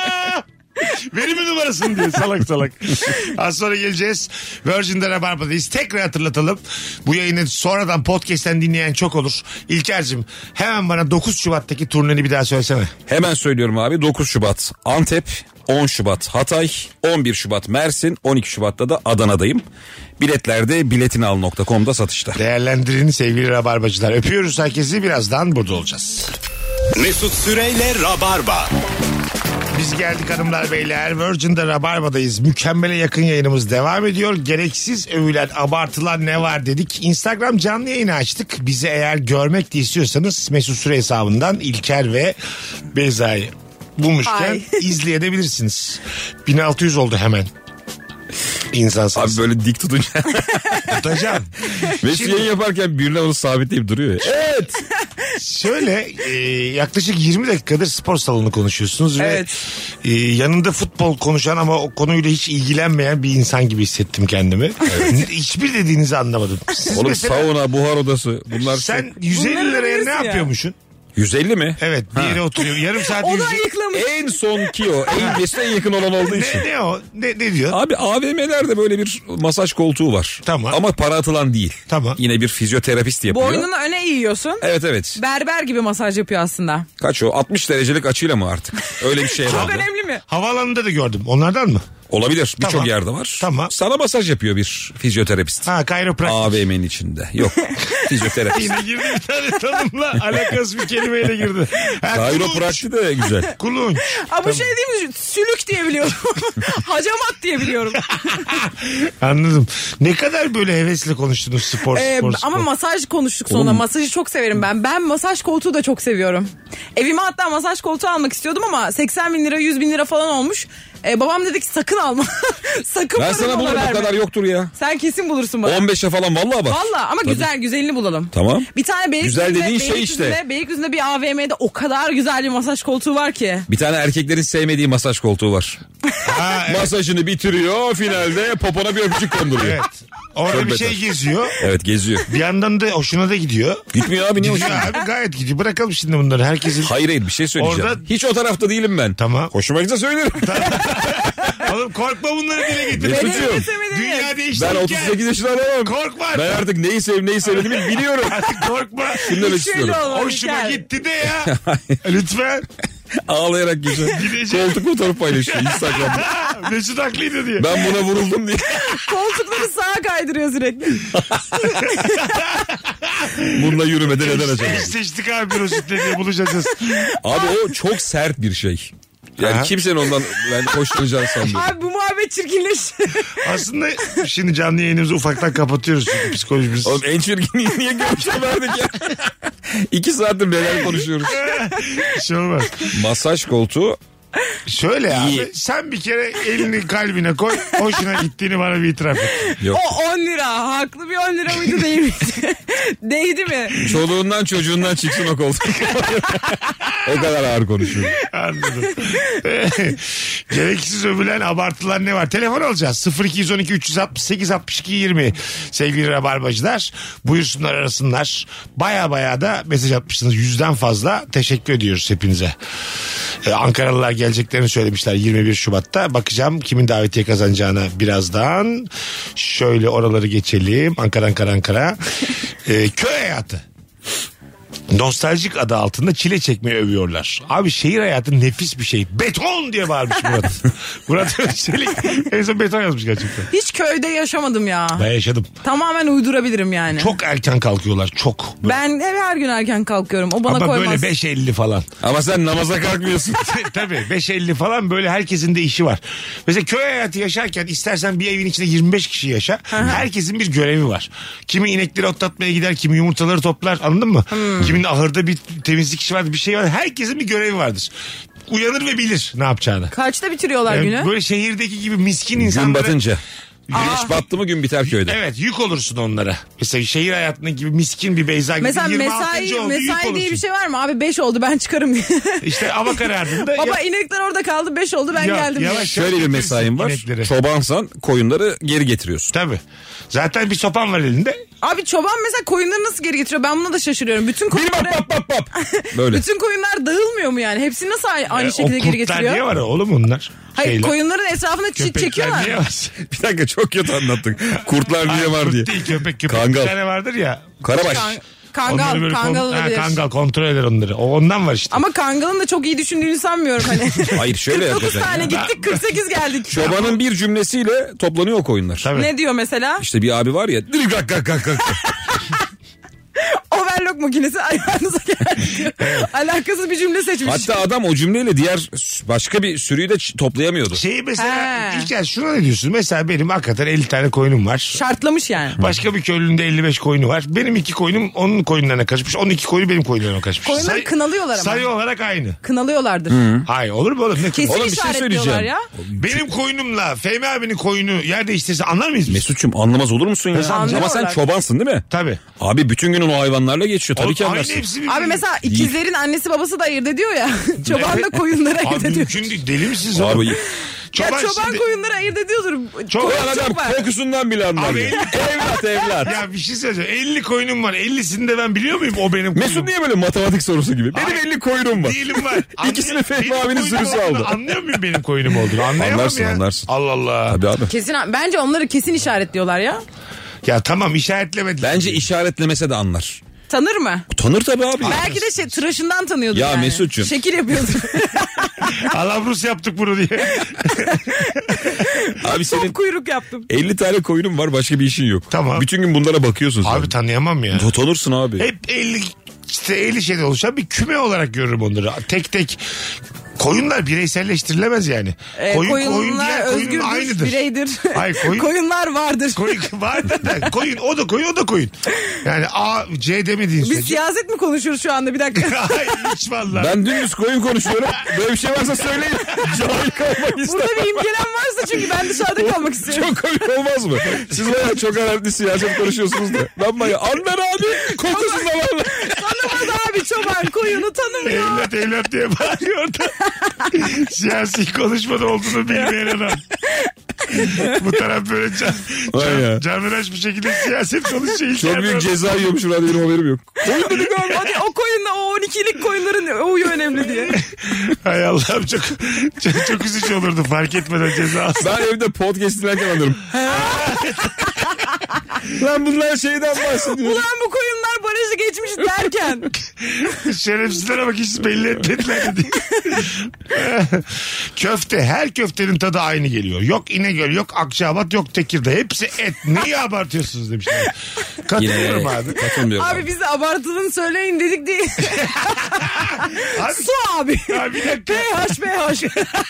Verir mi numarasını diye salak salak. Az sonra geleceğiz. Virgin'de Rabarba'dayız. Tekrar hatırlatalım. Bu yayını sonradan podcast'ten dinleyen çok olur. İlker'cim hemen bana 9 Şubat'taki turneni bir daha söylesene. Hemen söylüyorum abi. 9 Şubat Antep, 10 Şubat Hatay, 11 Şubat Mersin, 12 Şubat'ta da Adana'dayım. Biletler de biletinal.com'da satışta. Değerlendirin sevgili Rabarbacılar. Öpüyoruz herkesi. Birazdan burada olacağız. Mesut Süreyle Rabarba. Biz geldik hanımlar beyler. Virgin'de Rabarba'dayız. Mükemmele yakın yayınımız devam ediyor. Gereksiz övülen, abartılan ne var dedik. Instagram canlı yayını açtık. Bizi eğer görmek de istiyorsanız Mesut Süre hesabından İlker ve Beyza'yı bulmuşken Ay. izleyebilirsiniz. 1600 oldu hemen. İnsansınız. Abi böyle dik tutunca. Tutacağım. Ve Şimdi- yayın yaparken birine onu sabitleyip duruyor. Evet. Şöyle yaklaşık 20 dakikadır spor salonu konuşuyorsunuz Evet. ve yanında futbol konuşan ama o konuyla hiç ilgilenmeyen bir insan gibi hissettim kendimi. Hiçbir dediğinizi anlamadım. Siz Oğlum mesela sauna, buhar odası bunlar. sen 150 Bunları liraya bilirsin ne ya. yapıyormuşsun? 150 mi? Evet bir yere oturuyor. Yarım saat O da 150. ayıklamış. En son ki o. En Mesut'a en yakın olan olduğu için. Ne o? Ne diyor? Abi AVM'lerde böyle bir masaj koltuğu var. Tamam. Ama para atılan değil. Tamam. Yine bir fizyoterapist yapıyor. Boynunu öne eğiyorsun. Evet. Berber gibi masaj yapıyor aslında. Kaç o? 60 derecelik açıyla mı artık? Öyle bir şey Çok vardı. önemli söyleyeyim mi? Havaalanında da gördüm. Onlardan mı? Olabilir. Birçok Tamam. yerde var. Tamam. Sana masaj yapıyor bir fizyoterapist. Ha, kayropraktik. AVM'nin içinde. Yok. Fizyoterapist. Yine girdi bir tane tanımla. Alakasız bir kelimeyle girdi. Ha, Kayropraktik de güzel. Kulunç. Aa, bu şey değil mi? Sülük diye biliyorum. Hacamat diye biliyorum. Anladım. Ne kadar böyle hevesle konuştunuz spor. Ama masaj konuştuk sonra. Oğlum. Masajı çok severim ben. Ben masaj koltuğu da çok seviyorum. Evime hatta masaj koltuğu almak istiyordum ama 80 bin lira 100 bin lira falan olmuş. Babam dedi ki sakın alma. Sakın Ben paranı sana ona bulurum, o verme. kadar yoktur ya. Sen kesin bulursun bana. 15'e falan vallahi bak. Valla ama güzelini bulalım. Tamam. Bir tane Güzel dediğin şey işte. Beylikdüzü'nde bir AVM'de o kadar güzel bir masaj koltuğu var ki. Bir tane erkeklerin sevmediği masaj koltuğu var. Ha, evet. Masajını bitiriyor, finalde popona bir öpücük konduruyor. Evet. Orada Çok bir şey beter. geziyor. Evet, geziyor. Bir yandan da hoşuna da gidiyor. Gitmiyor abi, niye Gidiyor hoşuna? abi, gayet gidiyor. Bırakalım şimdi bunları. Herkesin... Hayır bir şey söyleyeceğim. Orada- Hiç o tarafta değilim ben. Tamam. Hoşuma gitse söylerim. Oğlum korkma, bunları dile getir. Mesut'cum, Dünya ben değiştirirken 38 yaşında adamım. korkma. Ben artık neyi sevdiğimi biliyorum. Artık korkma. Şunu demek Hiç öyle istiyorum. olmaz. Hoşuma Gel. gitti de ya. Lütfen. Ağlayarak geçiyor. Gideceğim. Koltuk fotoğrafı paylaşıyor Instagram'da. Mesut haklıydı diye. Ben buna vuruldum diye. Koltukları sağa kaydırıyor sürekli. Bununla yürümede neden acaba? Biz seçtik abi Mesut'la diye buluşacağız. Abi o çok sert bir şey. Yani Aha. kimsenin ondan ben hoşlanacağını sanmıyorum. Abi bu muhabbet çirkinleşti. Aslında şimdi canlı yayınımızı ufaktan kapatıyoruz çünkü psikolojimiz. Oğlum en çirkinliği niye görüşe verdik ya? 2 saattir neler konuşuyoruz. Bir şey olmaz. Masaj koltuğu Şöyle İyi. abi, sen bir kere elini kalbine koy, hoşuna gittiğini bana bir itiraf et. yok. O 10 lira. Haklı bir 10 lira mıydı değil miydi? Değdi mi? Çoluğundan çocuğundan çıksın o koltuk. O kadar ağır konuşuyor. Anladım. Gereksiz övülen, abartılan ne var? Telefon alacağız. 0212 368 62 20. Sevgili rabarbacılar, buyursunlar, arasınlar. Baya da mesaj atmışsınız. 100'den fazla. Teşekkür ediyoruz hepinize. Ankaralılar geleceklerini söylemişler 21 Şubat'ta. Bakacağım kimin davetiye kazanacağına birazdan. Şöyle oraları geçelim. Ankara. Köy hayatı. Nostaljik adı altında çile çekmeyi övüyorlar. Abi şehir hayatı nefis bir şey. Beton diye bağırmış Murat. Murat Özçelik en son beton yazmış gerçekten. Hiç köyde yaşamadım ya. Ben yaşadım. Tamamen uydurabilirim yani. Çok erken kalkıyorlar, çok. Ben her gün erken kalkıyorum. O bana Ama koymaz. böyle 5.50 falan. Ama sen namaza kalkmıyorsun. Tabii 5.50 falan, böyle herkesin de işi var. Mesela köy hayatı yaşarken istersen bir evin içinde 25 kişi yaşa. Herkesin bir görevi var. Kimi inekleri otlatmaya gider, kimi yumurtaları toplar, anladın mı? Kimin ahırda bir temizlik işi vardır, bir şey var. Herkesin bir görevi vardır. Uyanır ve bilir ne yapacağını. Kaçta bitiriyorlar Yani günü? böyle şehirdeki gibi miskin Gün insanlara... batınca. Güneş battı mı gün biter köyde. Evet, yük olursun onlara. Mesela şehir hayatındaki gibi miskin bir Beyza gibi Mesela 26. oldu, yük mesai diye olursun. bir şey var mı? Abi 5 oldu ben çıkarım. İşte hava karardığında... Baba inekler orada kaldı 5 oldu ben geldim. yavaş Şöyle bir götürsün mesain var. inekleri. Çobansan koyunları geri getiriyorsun. Tabii. Zaten bir sopan var elinde. Abi çoban mesela koyunları nasıl geri getiriyor? Ben buna da şaşırıyorum. Bütün Bir koyunları... bap. Böyle. Bütün koyunlar dağılmıyor mu yani? Hepsini nasıl aynı şekilde O geri kurtlar getiriyor? niye var oğlum onlar? Hayır, Şeyler. koyunların etrafında çit Köpekler çekiyorlar. niye var? Bir dakika, çok kötü anlattın. Kurtlar niye var diye. Kurt değil, köpek. Kangal. Bir tane vardır ya. Karabaş. Onları böyle Kangal ha, olabilir. kangal kontrol eder onları. O ondan var işte. Ama kangalın da çok iyi düşündüğünü sanmıyorum hani. Hayır, şöyle 49 hakikaten tane ya. gittik 48 geldik. Çobanın bir cümlesiyle toplanıyor o koyunlar. Tabii. Ne diyor mesela? İşte bir abi var ya. Kalk. Overlock makinesi ayağınıza geldi diyor. Alakasız bir cümle seçmiş. Hatta adam o cümleyle diğer başka bir sürüyü de toplayamıyordu. Şeyi mesela He. İlker, şuna ne diyorsun? Mesela benim hakikaten 50 tane koyunum var. Şartlamış yani. Başka bir köylünün de 55 koyunu var. Benim 2 koyunum onun koyunlarına kaçmış. 12 koyunu benim koyunlarıma kaçmış. Koyunları kınalıyorlar ama. Sayı olarak aynı. Kınalıyorlardır. Hayır, olur mu oğlum? Ne Kesin Oğlum bir şey işaretliyorlar söyleyeceğim. ya. Benim koyunumla Fehmi abinin koyunu yer değiştirse anlar mıyız biz? Mesut'cum anlamaz olur musun ya? Nasıl Ama sen anlıyorlar? çobansın değil mi? Tabii. Abi bütün gün o hayvanlarla geçiyor. Tabii ki Aynı anlarsın. hepsi birbirine. Abi mesela ikizlerin annesi babası da ayırt ediyor ya. Çoban da koyunları ayırt Abi ediyor. mümkün değil. Deli misiniz Abi oğlum? Ya çoban şimdi- koyunları ayırt ediyordur. Çok- Koyun Ulan adam çok var. kokusundan bile anlar. Abi ya. elli- evlat. Ya bir şey söyleyeceğim. 50 koyunum var. 50'sini de ben biliyor muyum? O benim Mesut koyunum. niye böyle matematik sorusu gibi? Benim Ay, 50 koyunum var. Değilim var. İkisini Fehmi Benim abinin koyunum sürüsü olduğunu aldı. Anlıyor muyum benim koyunum olduğunu? Anlayamam Anlarsın, ya. anlarsın. Allah Allah. Tabii abi. Kesin bence onları kesin işaretliyorlar ya. Ya tamam, işaretlemediler. Bence işaretlemese de anlar. Tanır mı? Tanır tabii abi. Belki de tıraşından tanıyordur Ya yani. Mesut'cum. Şekil yapıyordur. Alabrus yaptık bunu diye. Abi senin Top kuyruk yaptım. 50 tane koyunun var, başka bir işin yok. Tamam. Bütün gün bunlara bakıyorsun sen. Abi tanıyamam ya. Utanırsın abi. Hep 50 şeyden oluşan bir küme olarak görürüm onları. Tek tek. Koyunlar bireyselleştirilemez yani. Koyunlar diğer koyunun özgürdür, aynıdır. bireydir. Hayır, Koyunlar vardır. Koyun vardır da koyun o da koyun o da koyun. Yani A, C demediğin Biz sürece. siyaset mi konuşuyoruz şu anda, bir dakika. Hayır hiç vallahi. Ben dümdüz koyun konuşuyorum. Böyle bir şey varsa söyleyin. Cahil kalmak istemem. Burada bir imgelen varsa çünkü ben dışarıda kalmak istiyorum. Çok komik olmaz mı? Siz bayağı çok önemli siyaset konuşuyorsunuz da. Ben bayağı Anlar abi kokusuz zamanla. Tanımaz abi çoban, koyunu tanımıyor. Evlat diye bağırıyor orada. Siyasi konuşmada olduğunu bilmeyen adam. Bu taraf böyle Vay ya. canlıraş bir şekilde siyaset konuşuyor. Çok büyük ceza yiyormuş burada, benim haberim yok. Koyun dedik abi. Hadi o koyunla o 12'lik koyunların oyu önemli diye. Hay Allah'ım çok üzücü olurdu fark etmeden ceza alsın. Ben evde podcast dinlerken anlarım. Lan bunlar şeyden bahsediyor. Ulan bu koyunlar barajı geçmiş derken. Şerefsizlere bak hiç belli etmediler dedi. Köfte. Her köftenin tadı aynı geliyor. Yok İnegöl, yok Akçaabat, yok Tekirdağ. Hepsi et. Neyi abartıyorsunuz demişler. Katılıyorum abi. Katılmıyorum. Abi bize abartılığını söyleyin dedik değil. Abi, Su abi. Ya bir dakika. pH.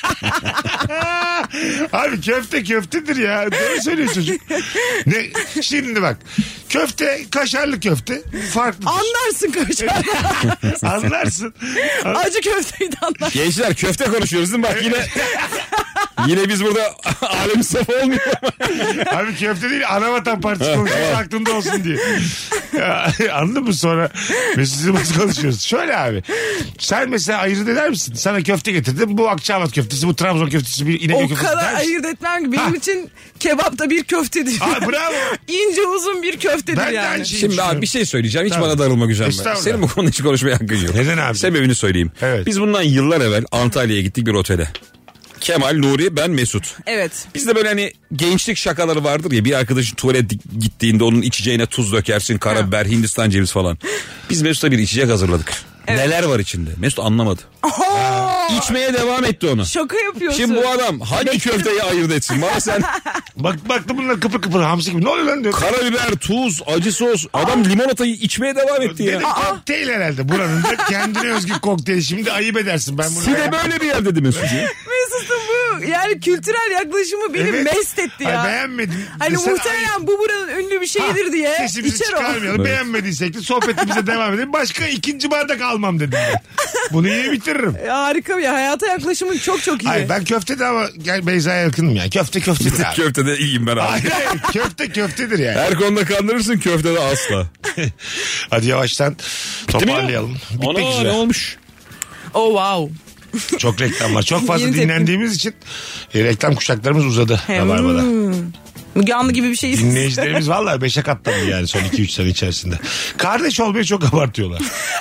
Abi köfte köftedir ya. Doğru söylüyor çocuk. Ne? Şimdi bak. Köfte kaşarlı köfte farklıdır. Anlarsın kaşardan. Anlarsın. Acı köfteyi de anlarsın. Gençler köfte konuşuyoruz değil mi? Bak yine biz burada alemi safa olmuyor. Abi köfte değil Anavatan Partisi konuşuyoruz aklında olsun diye. Ya, anladın mı sonra Mesut'umuz konuşuyoruz. Şöyle abi. Sen mesela ayırt eder misin? Sana köfte getirdim. Bu Akçaabat köftesi, bu Trabzon köftesi, bir İnegöl O köftesi. kadar ayırt etmem ki. Benim için kebap da bir köftedir. Aa, bravo. İnce uzun bir köftedir Ben de yani. aynı şeyi Şimdi düşünüyorum. abi bir şey söyleyeceğim. Hiç Tabii. bana darılma güzel mi? Estağfurullah. Senin bu konuda hiç konuşmaya hakkın yok. Neden abi? Sebebini söyleyeyim. Evet. Biz bundan yıllar evvel Antalya'ya gittik bir otele. Kemal, Nuri, ben, Mesut. Evet. Bizde böyle hani gençlik şakaları vardır ya, bir arkadaşın tuvalete gittiğinde onun içeceğine tuz dökersin, karabiber, Hindistan cevizi falan. Biz Mesut'a bir içecek hazırladık. Neler var içinde? Mesut anlamadı. İçmeye devam etti onu. Şaka yapıyorsun. Şimdi bu adam hangi köfteyi ayırt etsin? Bana sen Baktım bunlar kıpır kıpır hamsi gibi. Ne oluyor lan diyor. karabiber, tuz, acı sos. Adam limonatayı içmeye devam etti ya. Dedim kokteyl herhalde buranın da kendine özgü kokteyli. Şimdi ayıp edersin ben bunu. Side böyle bir yer dedi Mesut ya. Mesut'un bu yani kültürel yaklaşımı beni Evet. mest etti ya. Ay, beğenmedim. Hani Sen muhtemelen bu buranın ünlü bir şeyidir diye sesimizi içer o. çıkarmayalım. Evet. Beğenmediysek de sohbetimize devam edelim. Başka ikinci bardak almam dedim ben. Bunu yine bitiririm. Harika ya, hayata yaklaşımın çok iyi. Hayır ben köftede ama gel Beyza'ya yakınım yani. Köfte köftedir abi. Köftede iyiyim ben abi. Hayır köfte köftedir yani. Her konuda kandırırsın, köftede asla. Hadi yavaştan toparlayalım. Bitmek Ana üzere. ne olmuş? Oh wow. Çok reklam var. Çok fazla Yeni tepki. dinlendiğimiz için reklam kuşaklarımız uzadı. Rabarba'da. Müge Anlı gibi bir şey. Dinleyicilerimiz vallahi 5'e katlandı yani son 2-3 sene içerisinde. Kardeş olmayı çok abartıyorlar.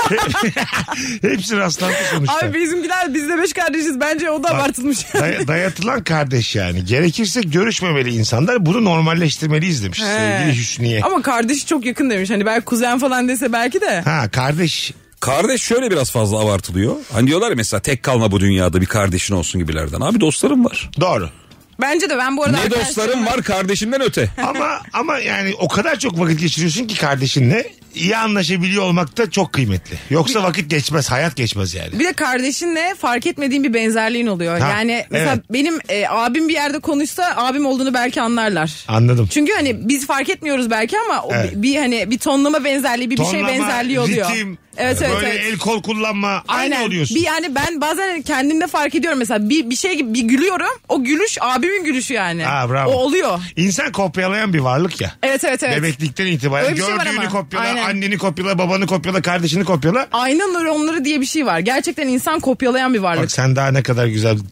Hepsi rastlantı sonuçta. Abi bizimkiler, biz de 5 kardeşiz. Bence o da abartılmış. Dayatılan kardeş yani. Gerekirse görüşmemeli insanlar. Bunu normalleştirmeliyiz demiş sevgili Hüsniye. Ama kardeşi çok yakın demiş. Hani belki kuzen falan dese belki de. Ha kardeş. Kardeş şöyle biraz fazla abartılıyor. Hani diyorlar ya mesela tek kalma bu dünyada, bir kardeşin olsun gibilerden. Abi dostlarım var. Doğru. Bence de ben bu arada... Ne dostlarım var kardeşimden öte. Ama yani o kadar çok vakit geçiriyorsun ki kardeşinle iyi anlaşabiliyor olmak da çok kıymetli. Yoksa vakit geçmez, hayat geçmez yani. Bir de kardeşinle fark etmediğin bir benzerliğin oluyor. Ha, yani mesela evet. benim abim bir yerde konuşsa abim olduğunu belki anlarlar. Anladım. Çünkü hani biz fark etmiyoruz belki ama o Evet. bir hani bir tonlama benzerliği, bir şey Tonlama, benzerliği oluyor. ritim, Evet. böyle el kol kullanma aynı oluyorsun. Bir yani ben bazen hani kendimde fark ediyorum mesela bir şey gibi bir gülüyorum. O gülüş abimin gülüşü yani. Ha, bravo. O oluyor. İnsan kopyalayan bir varlık ya. Evet. Bebeklikten itibaren Öyle bir şey var gördüğünü ama. kopyala, Aynen. anneni kopyala, babanı kopyala, kardeşini kopyala. Ayna nöronları diye bir şey var. Gerçekten insan kopyalayan bir varlık. Bak sen daha ne kadar güzel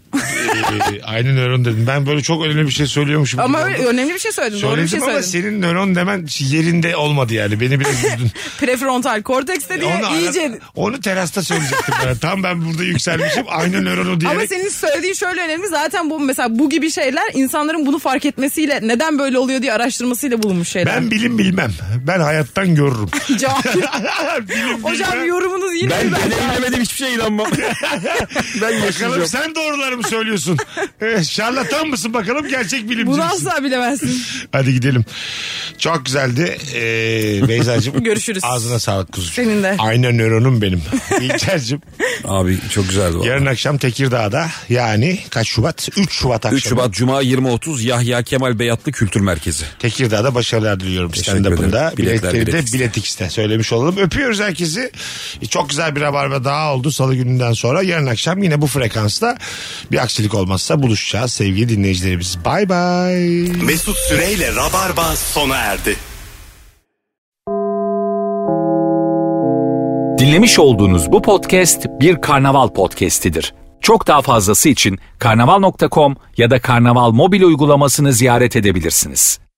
Aynı nöron dedim. Ben böyle çok önemli bir şey söylüyormuşum. Ama önemli bir şey söyledin. Doğru bir şey söyledim ama söyledin. senin nöron demen yerinde olmadı yani. Beni biraz üzdün. Prefrontal korteks diye iyice... Onu terasta söyleyecektim ben. Tam ben burada yükselmişim. Aynı nöronu diyerek. Ama senin söylediğin şöyle önemli. Zaten bu mesela bu gibi şeyler insanların bunu fark etmesiyle, neden böyle oluyor diye araştırmasıyla bulunmuş şeyler. Ben bilim bilmem. Ben hayattan görürüm. Cahil. Bilim Hocam bilmem. yorumunuz yine. Ben deneyimlemedim, hiçbir şeye inanmam. Ben Bakalım yaşayacağım. sen doğruları mı söylüyorsun? Şarlatan mısın bakalım, gerçek bilimci Bunu misin? asla bilemezsin. Hadi gidelim. Çok güzeldi. Beyza'cığım. Görüşürüz. Ağzına sağlık kuzucuğum. Senin de. Aynen nöronum benim. İlker'cim. Abi çok güzeldi bu. Yarın akşam Tekirdağ'da, yani kaç Şubat? 3 Şubat akşamı. 3 Şubat Cuma 20.30 Yahya Kemal Beyatlı Kültür Merkezi. Tekirdağ'da başarılar diliyorum Teşekkür stand-up'ında. ederim. Biletler Biletleri de Biletix'te. Biletix'te söylemiş olalım. Öpüyoruz herkesi. Çok güzel bir rabarba daha oldu Salı gününden sonra. Yarın akşam yine bu frekansta, bir aksilik olmazsa, buluşacağız sevgili dinleyicilerimiz. Bay bay. Mesut Süreyle Rabarba sona erdi. Dinlemiş olduğunuz bu podcast bir karnaval podcastidir. Çok daha fazlası için karnaval.com ya da karnaval mobil uygulamasını ziyaret edebilirsiniz.